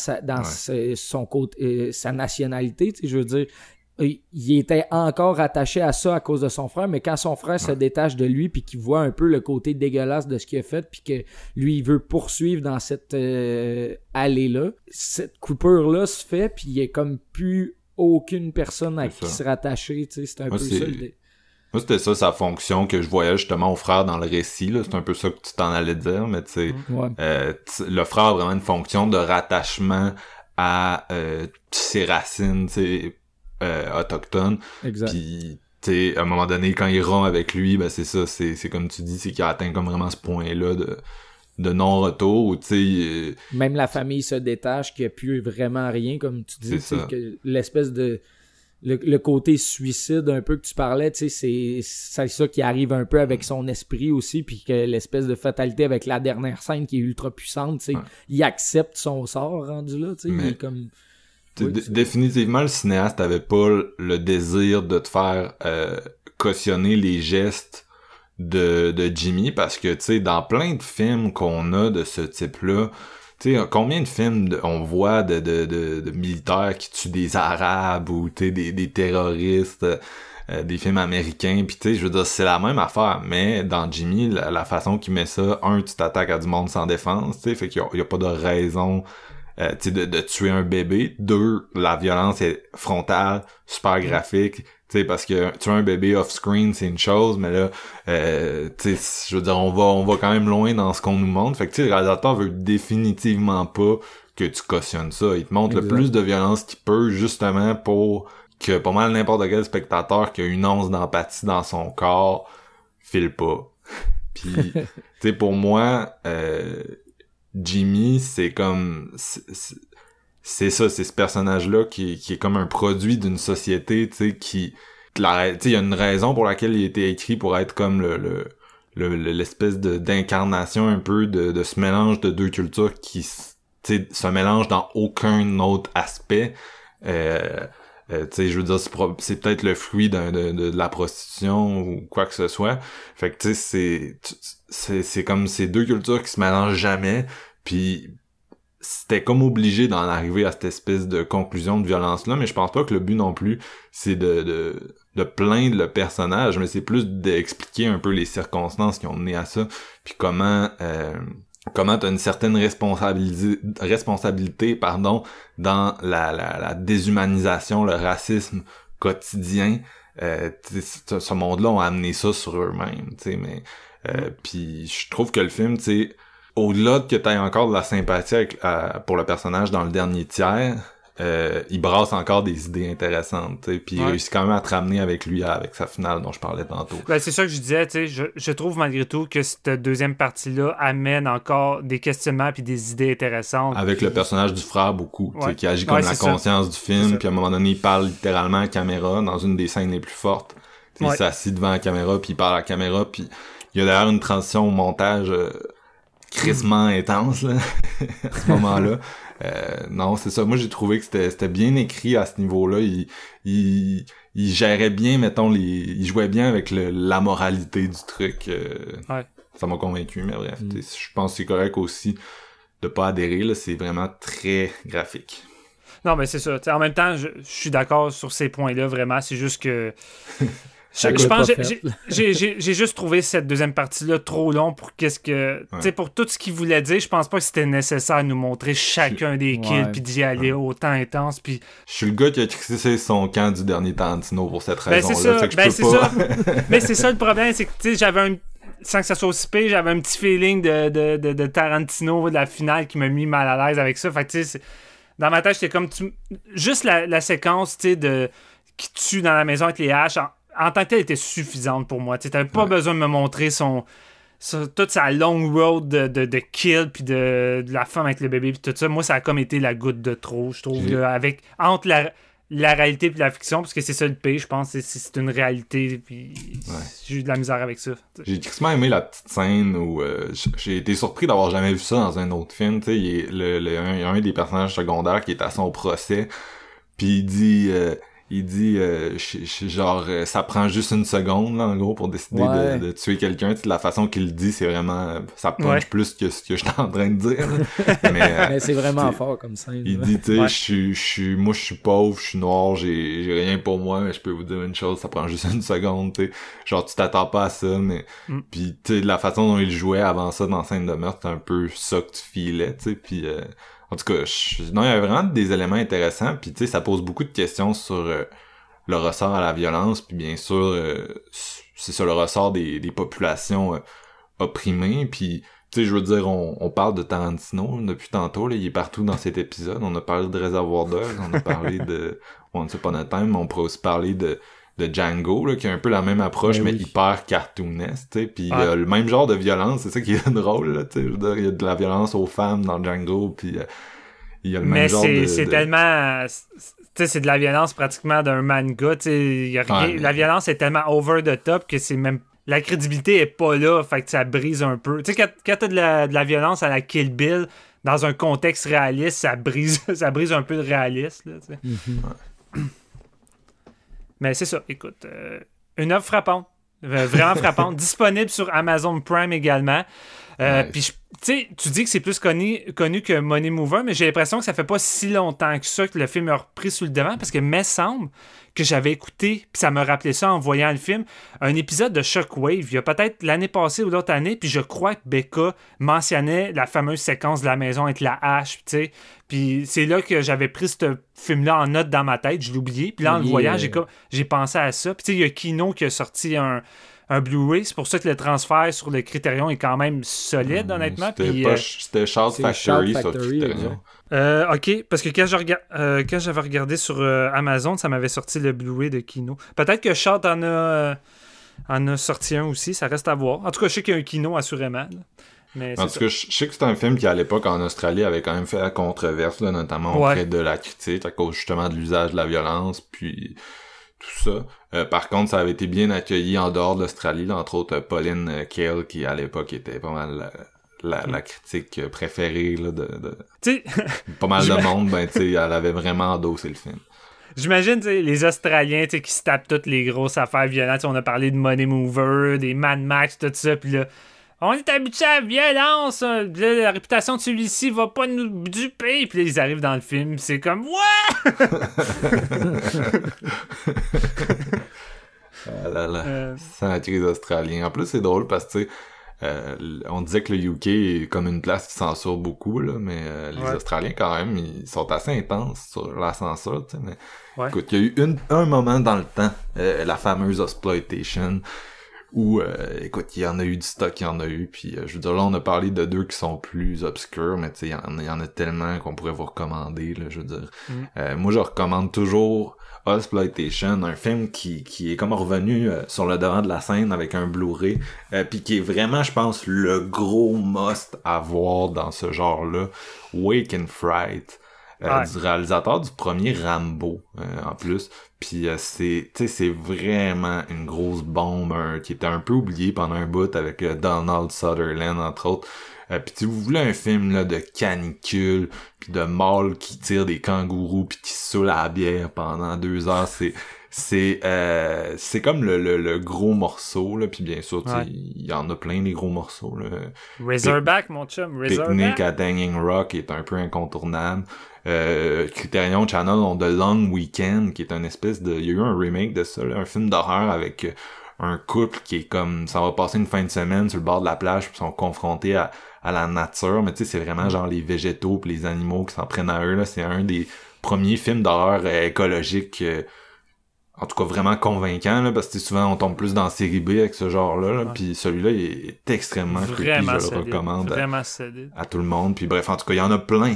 son côté, sa nationalité, tu sais, je veux dire. Il était encore attaché à ça à cause de son frère, mais quand son frère se détache de lui puis qu'il voit un peu le côté dégueulasse de ce qu'il a fait puis que lui, il veut poursuivre dans cette allée-là, cette coupure-là se fait puis il y a comme plus aucune personne à qui se rattacher, tu sais, c'est un peu ça l'idée. Moi, c'était ça, sa fonction que je voyais justement au frère dans le récit, là. C'est un peu ça que tu t'en allais dire, mais tu sais, le frère a vraiment une fonction de rattachement à ses racines, tu sais, autochtones. Exact. Puis, tu sais, à un moment donné, quand il rompt avec lui, ben c'est ça, c'est comme tu dis, c'est qu'il a atteint comme vraiment ce point-là de non-retour, où tu sais... Même la famille se détache, qu'il n'y a plus vraiment rien, comme tu dis, que l'espèce de... Le côté suicide un peu que tu parlais, tu sais, c'est ça qui arrive un peu avec son esprit aussi, puis que l'espèce de fatalité avec la dernière scène qui est ultra puissante, tu sais, il accepte son sort rendu là, tu sais, il est comme... Définitivement, le cinéaste avait pas le désir de te faire cautionner les gestes de Jimmy, parce que, tu sais, dans plein de films qu'on a de ce type-là, tu sais, combien de films on voit de militaires qui tuent des Arabes ou tu sais des terroristes, des films américains, puis tu sais, je veux dire, c'est la même affaire, mais dans Jimmy, la façon qu'il met ça, tu t'attaques à du monde sans défense, tu sais, fait qu'il y a pas de raison tu sais, de tuer un bébé. 2, la violence est frontale, super graphique. Tu sais, parce que tuer un bébé off-screen, c'est une chose, mais là, tu sais, je veux dire, on va quand même loin dans ce qu'on nous montre. Fait que, tu sais, le réalisateur veut définitivement pas que tu cautionnes ça. Il te montre le plus de violence qu'il peut, justement, pour que pas mal n'importe quel spectateur qui a une once d'empathie dans son corps file pas. Puis, tu sais, pour moi, Jimmy, c'est comme... C'est ça, c'est ce personnage-là qui est comme un produit d'une société, tu sais, tu sais, il y a une raison pour laquelle il a été écrit pour être comme l'espèce d'incarnation un peu de ce mélange de deux cultures qui, tu sais, se mélange dans aucun autre aspect. Tu sais, je veux dire, c'est peut-être le fruit de la prostitution ou quoi que ce soit. Fait que, tu sais, c'est comme ces deux cultures qui se mélangent jamais, puis c'était comme obligé d'en arriver à cette espèce de conclusion de violence-là, mais je pense pas que le but non plus, c'est de plaindre le personnage, mais c'est plus d'expliquer un peu les circonstances qui ont mené à ça, puis comment t'as une certaine responsabilité dans la déshumanisation, le racisme quotidien. Ce monde-là ont amené ça sur eux-mêmes, tu sais, mais puis je trouve que le film, tu sais, au-delà de que t'aies encore de la sympathie pour le personnage dans le dernier tiers, il brasse encore des idées intéressantes, tu sais, puis il réussit quand même à te ramener avec lui, avec sa finale dont je parlais tantôt. Ben, c'est ça que je disais, tu sais, je trouve malgré tout que cette deuxième partie-là amène encore des questionnements puis des idées intéressantes. Avec le personnage du frère beaucoup, tu sais, qui agit comme la conscience du film, puis à un moment donné, il parle littéralement à la caméra dans une des scènes les plus fortes. Il s'assit devant la caméra, puis il parle à la caméra, puis il y a d'ailleurs une transition au montage crissement intense là, à ce moment-là. Non, c'est ça. Moi, j'ai trouvé que c'était bien écrit à ce niveau-là. Il gérait bien, mettons, il jouait bien avec la moralité du truc. Ça m'a convaincu, mais bref. Je pense que c'est correct aussi de pas adhérer, là. C'est vraiment très graphique. Non, mais c'est ça. T'sais, en même temps, je suis d'accord sur ces points-là, vraiment. C'est juste que... Je pense que j'ai juste trouvé cette deuxième partie-là trop long pour pour tout ce qu'il voulait dire. Je pense pas que c'était nécessaire de nous montrer chacun des kills puis d'y aller autant intense. Puis je suis le gars qui a critiqué son camp du dernier Tarantino pour cette raison-là. C'est ça. Mais c'est ça le problème, c'est que j'avais sans que ça soit aussi pire, j'avais un petit feeling de Tarantino de la finale qui m'a mis mal à l'aise avec ça. Fait que dans ma tête, j'étais comme juste la séquence qui tue dans la maison avec les haches. En tant que telle, était suffisante pour moi. Tu n'avais pas besoin de me montrer toute sa long road de kill puis de la femme avec le bébé puis tout ça. Moi, ça a comme été la goutte de trop, je trouve, entre la réalité et la fiction, parce que c'est ça le pire, je pense. C'est une réalité, puis j'ai eu de la misère avec ça. T'sais. J'ai tristement aimé la petite scène où j'ai été surpris d'avoir jamais vu ça dans un autre film. Il y a un des personnages secondaires qui est à son procès, puis il dit genre ça prend juste une seconde là, en gros pour décider de tuer quelqu'un. De la façon qu'il le dit, c'est vraiment ça punch plus que ce que je suis en train de dire. Mais c'est vraiment fort comme ça. Il dit tu sais moi je suis pauvre, je suis noir, j'ai rien pour moi, mais je peux vous dire une chose, ça prend juste une seconde, tu sais. Genre tu t'attends pas à ça, mais puis tu sais la façon dont il jouait avant ça dans scène de meurtre, c'est un peu ça que tu filais, tu sais, puis en tout cas, non, il y a vraiment des éléments intéressants, puis tu sais, ça pose beaucoup de questions sur le ressort à la violence, puis bien sûr, c'est ça le ressort des populations opprimées, puis tu sais, je veux dire, on parle de Tarantino depuis tantôt, là, il est partout dans cet épisode, on a parlé de Reservoir Dogs, on a parlé de Once Upon a Time, on pourrait aussi parler de Django, là, qui a un peu la même approche, mais hyper cartoonesque, tu sais, pis il y a le même genre de violence, c'est ça qui est drôle, là, tu sais, je veux dire, il y a de la violence aux femmes dans Django, puis il y a le même genre de... c'est tellement... Tu sais, c'est de la violence pratiquement d'un manga, tu sais, la violence est tellement over the top que c'est même... La crédibilité est pas là, fait que ça brise un peu. Tu sais, quand t'as de la violence à la Kill Bill, dans un contexte réaliste, ça brise un peu le réalisme, là, tu sais. Mais c'est ça, écoute, une œuvre frappante, vraiment frappante, disponible sur Amazon Prime également. Puis, tu sais, tu dis que c'est plus connu que Money Mover, mais j'ai l'impression que ça fait pas si longtemps que ça que le film a repris sous le devant, parce que me semble que j'avais écouté, puis ça me rappelait ça en voyant le film, un épisode de Shockwave, il y a peut-être l'année passée ou l'autre année, puis je crois que Becca mentionnait la fameuse séquence de la maison avec la hache, tu sais. Puis c'est là que j'avais pris ce film-là en note dans ma tête, je l'ai oublié, puis là, en le voyant, j'ai pensé à ça. Puis tu sais, il y a Kino qui a sorti un Blu-ray, c'est pour ça que le transfert sur le Criterion est quand même solide, honnêtement. C'était Shout Factory sur Criterion. Ok, parce que quand j'avais regardé sur Amazon, ça m'avait sorti le Blu-ray de Kino. Peut-être que Shout en a sorti un aussi, ça reste à voir. En tout cas, je sais qu'il y a un Kino, assurément. Mais en tout cas, je sais que c'est un film qui, à l'époque, en Australie, avait quand même fait la controverse, là, notamment auprès de la critique, à cause justement de l'usage de la violence, puis tout ça. Par contre, ça avait été bien accueilli en dehors de l'Australie, là, entre autres Pauline Kael, qui à l'époque était pas mal la critique préférée là, de pas mal de monde, ben tu sais, elle avait vraiment endossé le film. J'imagine les Australiens qui se tapent toutes les grosses affaires violentes. On a parlé de Money Mover, des Mad Max, tout ça, puis là, on est habitué à la violence, la réputation de celui-ci va pas nous duper, puis là, ils arrivent dans le film, c'est comme ouais. Ah là là, c'est les Australiens. En plus, c'est drôle parce que tu sais, on disait que le UK est comme une place qui censure beaucoup, là, mais les Australiens, quand même, ils sont assez intenses sur la censure, tu sais, mais écoute, il y a eu un moment dans le temps, la fameuse exploitation, où, écoute, il y en a eu du stock, il y en a eu, puis je veux dire, là, on a parlé de deux qui sont plus obscurs, mais tu sais, il y en a tellement qu'on pourrait vous recommander, là, je veux dire. Moi, je recommande toujours Exploitation, un film qui est comme revenu sur le devant de la scène avec un Blu-ray, puis qui est vraiment, je pense, le gros must à voir dans ce genre-là, Wake and Fright, du réalisateur du premier Rambo, en plus. Puis c'est vraiment une grosse bombe qui était un peu oubliée pendant un bout avec Donald Sutherland, entre autres. Puis si vous voulez un film là de canicule, puis de mâles qui tirent des kangourous, puis qui se saoulent à la bière pendant 2 heures, c'est comme le gros morceau, là, puis bien sûr, il y en a plein des gros morceaux, là. Razorback, mon chum, Razorback. Picnic at Hanging Rock est un peu incontournable. Criterion Channel ont The Long Weekend, qui est une espèce de... Il y a eu un remake de ça, là, un film d'horreur avec un couple qui est comme... Ça va passer une fin de semaine sur le bord de la plage, puis ils sont confrontés à la nature, mais tu sais, c'est vraiment genre les végétaux pis les animaux qui s'en prennent à eux, là. C'est un des premiers films d'horreur écologique, en tout cas vraiment convaincant, là, parce que souvent on tombe plus dans série B avec ce genre-là, là, puis celui-là il est extrêmement creepy, je le recommande à tout le monde. Puis bref, en tout cas, il y en a plein.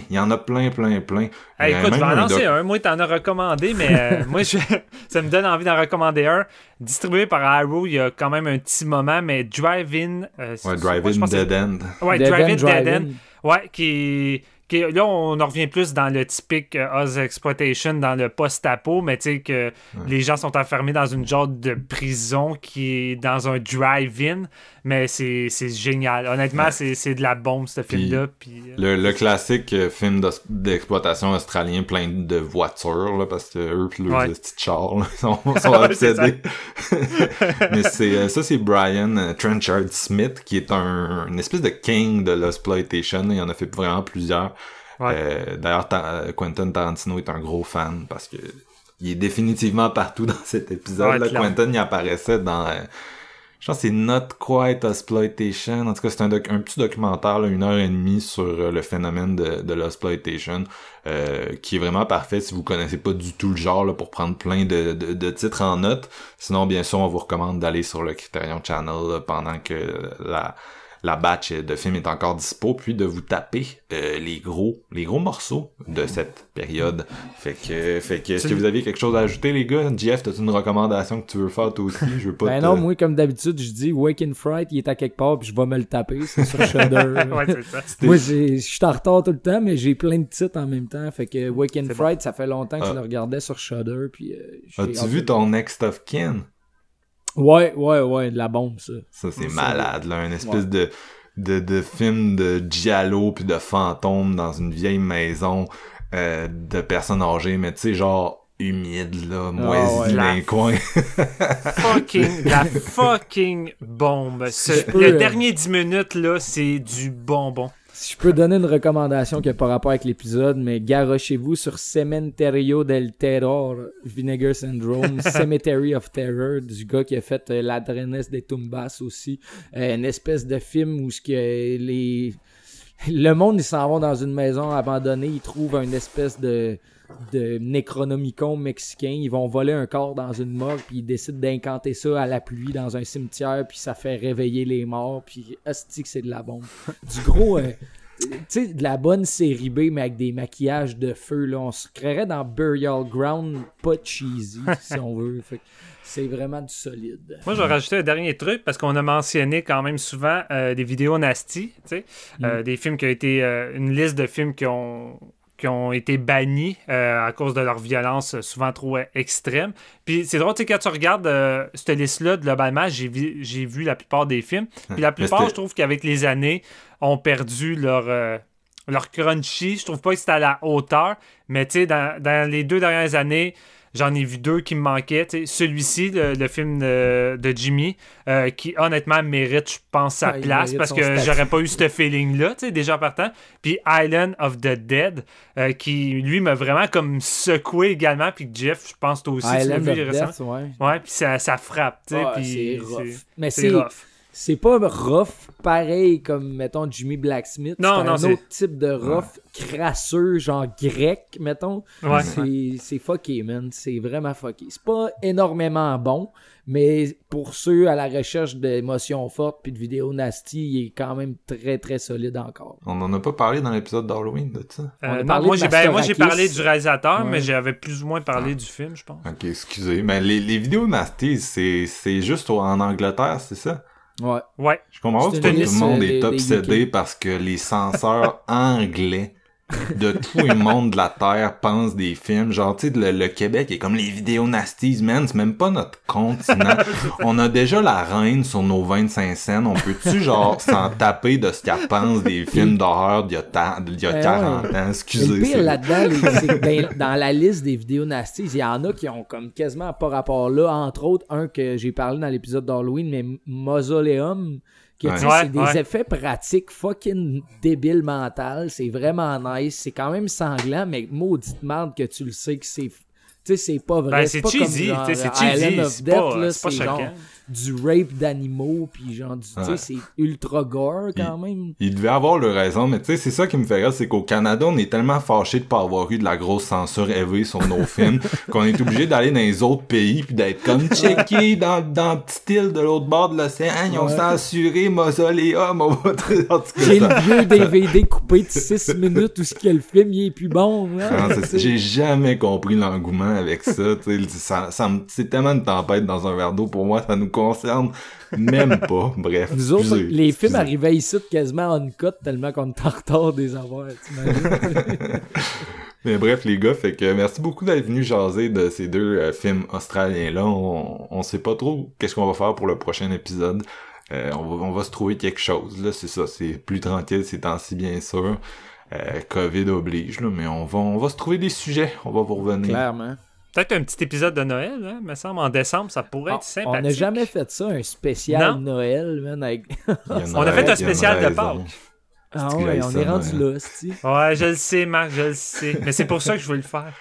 Hey, écoute, je vais en lancer un. Moi, t'en as recommandé, mais moi, ça me donne envie d'en recommander un. Distribué par Arrow, il y a quand même un petit moment, mais Drive-In... Drive-In Dead End. Ouais, Drive-In Dead End. Ouais, qui là, on en revient plus dans le typique Oz Exploitation, dans le post-apo, mais tu sais que les gens sont enfermés dans une genre de prison qui est dans un drive-in, mais c'est génial. Honnêtement, c'est de la bombe, ce film-là. Puis, le classique film d'exploitation australien plein de voitures, là, parce que eux pis leurs petits chars là, sont obsédés. Mais c'est Brian Trenchard Smith, qui est une espèce de king de l'exploitation. Il en a fait vraiment plusieurs. D'ailleurs, Quentin Tarantino est un gros fan parce que il est définitivement partout dans cet épisode. Là, Quentin il apparaissait dans je pense que c'est Not Quite Exploitation. En tout cas, c'est un petit documentaire, là, 1h30 sur le phénomène de l'exploitation, qui est vraiment parfait si vous connaissez pas du tout le genre, là, pour prendre plein de titres en note. Sinon, bien sûr, on vous recommande d'aller sur le Criterion Channel là, pendant que la batch de films est encore dispo, puis de vous taper les gros morceaux de cette période. Fait que est-ce que vous aviez quelque chose à ajouter, les gars? Jeff, t'as-tu une recommandation que tu veux faire toi aussi? Je veux pas non, moi, comme d'habitude, je dis Wake in Fright, il est à quelque part, puis je vais me le taper, c'est sur Shudder. Ouais, c'est ça. Moi, je suis en retard tout le temps, mais j'ai plein de titres en même temps, fait que Wake in Fright, ça fait longtemps que je le regardais sur Shudder, puis... As-tu vu ton Next of Kin? Ouais, de la bombe, ça. Ça, c'est malade, là. Une espèce de film de giallo puis de fantômes dans une vieille maison de personnes âgées, mais tu sais, genre humide, là, moisi dans les coins. La fucking bombe. Le dernier 10 minutes, là, c'est du bonbon. Si je peux donner une recommandation qui n'a pas rapport avec l'épisode, mais garochez-vous sur Cementerio del Terror, Vinegar Syndrome, Cemetery of Terror, du gars qui a fait Ladrones de Tumbas aussi. Une espèce de film où le monde, ils s'en vont dans une maison abandonnée, ils trouvent une espèce de Necronomicon mexicain, ils vont voler un corps dans une morgue, puis ils décident d'incanter ça à la pluie dans un cimetière, puis ça fait réveiller les morts, puis hostie que c'est de la bombe. Du gros, tu sais, de la bonne série B, mais avec des maquillages de feu, là, on se créerait dans Burial Ground, pas cheesy, si on veut. Fait que c'est vraiment du solide. Moi, je vais rajouter un dernier truc, parce qu'on a mentionné quand même souvent des vidéos nasty, tu sais, des films qui ont été, une liste de films qui ont été bannis à cause de leur violence souvent trop extrême. Puis c'est drôle, tu sais, quand tu regardes cette liste-là, globalement, j'ai vu la plupart des films. Puis la plupart, je trouve qu'avec les années, ont perdu leur crunchy. Je trouve pas que c'était à la hauteur. Mais tu sais, dans les 2 dernières années, j'en ai vu 2 qui me manquaient. T'sais, celui-ci, le film de Jimmy, qui honnêtement mérite, je pense, sa place parce que j'aurais pas eu ce feeling-là, déjà partant. Puis Island of the Dead, qui lui m'a vraiment comme secoué également. Puis Jeff, je pense toi aussi, Island tu l'as vu récemment. Ouais, puis ça frappe. C'est rough. Mais c'est rough. C'est pas rough pareil comme, mettons, Jimmy Blacksmith. Non, c'est un autre type de rough crasseux, genre grec, mettons. Ouais. C'est fucké, man. C'est vraiment fucké. C'est pas énormément bon, mais pour ceux à la recherche d'émotions fortes puis de vidéos nasty, il est quand même très, très solide encore. On en a pas parlé dans l'épisode d'Halloween de ça? Non, moi, j'ai parlé du réalisateur, mais j'avais plus ou moins parlé du film, je pense. Ok, excusez. Mais les vidéos nasty, c'est juste en Angleterre, c'est ça? Ouais. Je comprends pas que tout le monde est obsédé parce que les censeurs anglais de tout le monde de la Terre pense des films. Genre, tu sais, le Québec est comme les vidéos nasties, man. C'est même pas notre continent. On a déjà la reine sur nos 25 scènes. On peut-tu, genre, s'en taper de ce qu'elle pense des films d'horreur d'il y a 40 ans? Excusez. Le pire là-dedans, c'est que dans la liste des vidéos nasties, il y en a qui ont comme quasiment pas rapport là. Entre autres, un que j'ai parlé dans l'épisode d'Halloween, mais Mausoleum, que c'est des effets pratiques fucking débiles mentales. C'est vraiment nice. C'est quand même sanglant, mais maudite merde que tu le sais que c'est... Tu sais, c'est pas vrai. Ben, c'est c'est pas cheesy, comme genre, c'est cheesy, Island of c'est Death, pas, là, c'est pas c'est choquant. genre du rape d'animaux, puis genre, tu sais, c'est ultra gore quand même. Il devait avoir le raison, mais tu sais, c'est ça qui me fait rire, c'est qu'au Canada, on est tellement fâchés de pas avoir eu de la grosse censure élevée sur nos films, qu'on est obligé d'aller dans les autres pays, puis d'être comme checké dans la petite île de l'autre bord de l'océan, ils ont censuré Mausoleum, on va J'ai le vieux DVD coupé de 6 minutes où le film il est plus bon. Hein? Non, j'ai jamais compris l'engouement avec ça, tu sais, c'est tellement une tempête dans un verre d'eau, pour moi, ça nous concerne même pas. Bref. Nous autres, les films arrivaient ici quasiment en cut tellement qu'on est en retard des avoirs, t'imagines? Mais bref, les gars, fait que merci beaucoup d'être venus jaser de ces deux films australiens-là. On sait pas trop qu'est-ce qu'on va faire pour le prochain épisode. On va se trouver quelque chose, là, c'est ça. C'est plus tranquille ces temps-ci, bien sûr. COVID oblige, là, mais on va se trouver des sujets. On va vous revenir. Clairement. Peut-être un petit épisode de Noël, hein, me semble, en décembre, ça pourrait être sympathique. On n'a jamais fait ça, un spécial Noël, man, avec... On a fait un spécial de Pâques. Ah ouais, on est rendu là, c'ti. Ouais, je le sais, Marc, je le sais. Mais c'est pour ça que je veux le faire.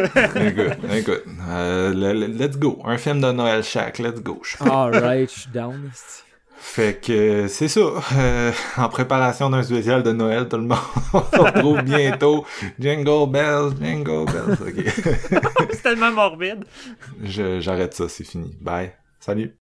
Écoute. Let's go. Un film de Noël chaque, let's go. Alright, je suis down, c'ti. Fait que c'est ça. En préparation d'un spécial de Noël, tout le monde. On se retrouve bientôt. Jingle bells, jingle bells. Ok. C'est tellement morbide. J'arrête ça, c'est fini. Bye. Salut.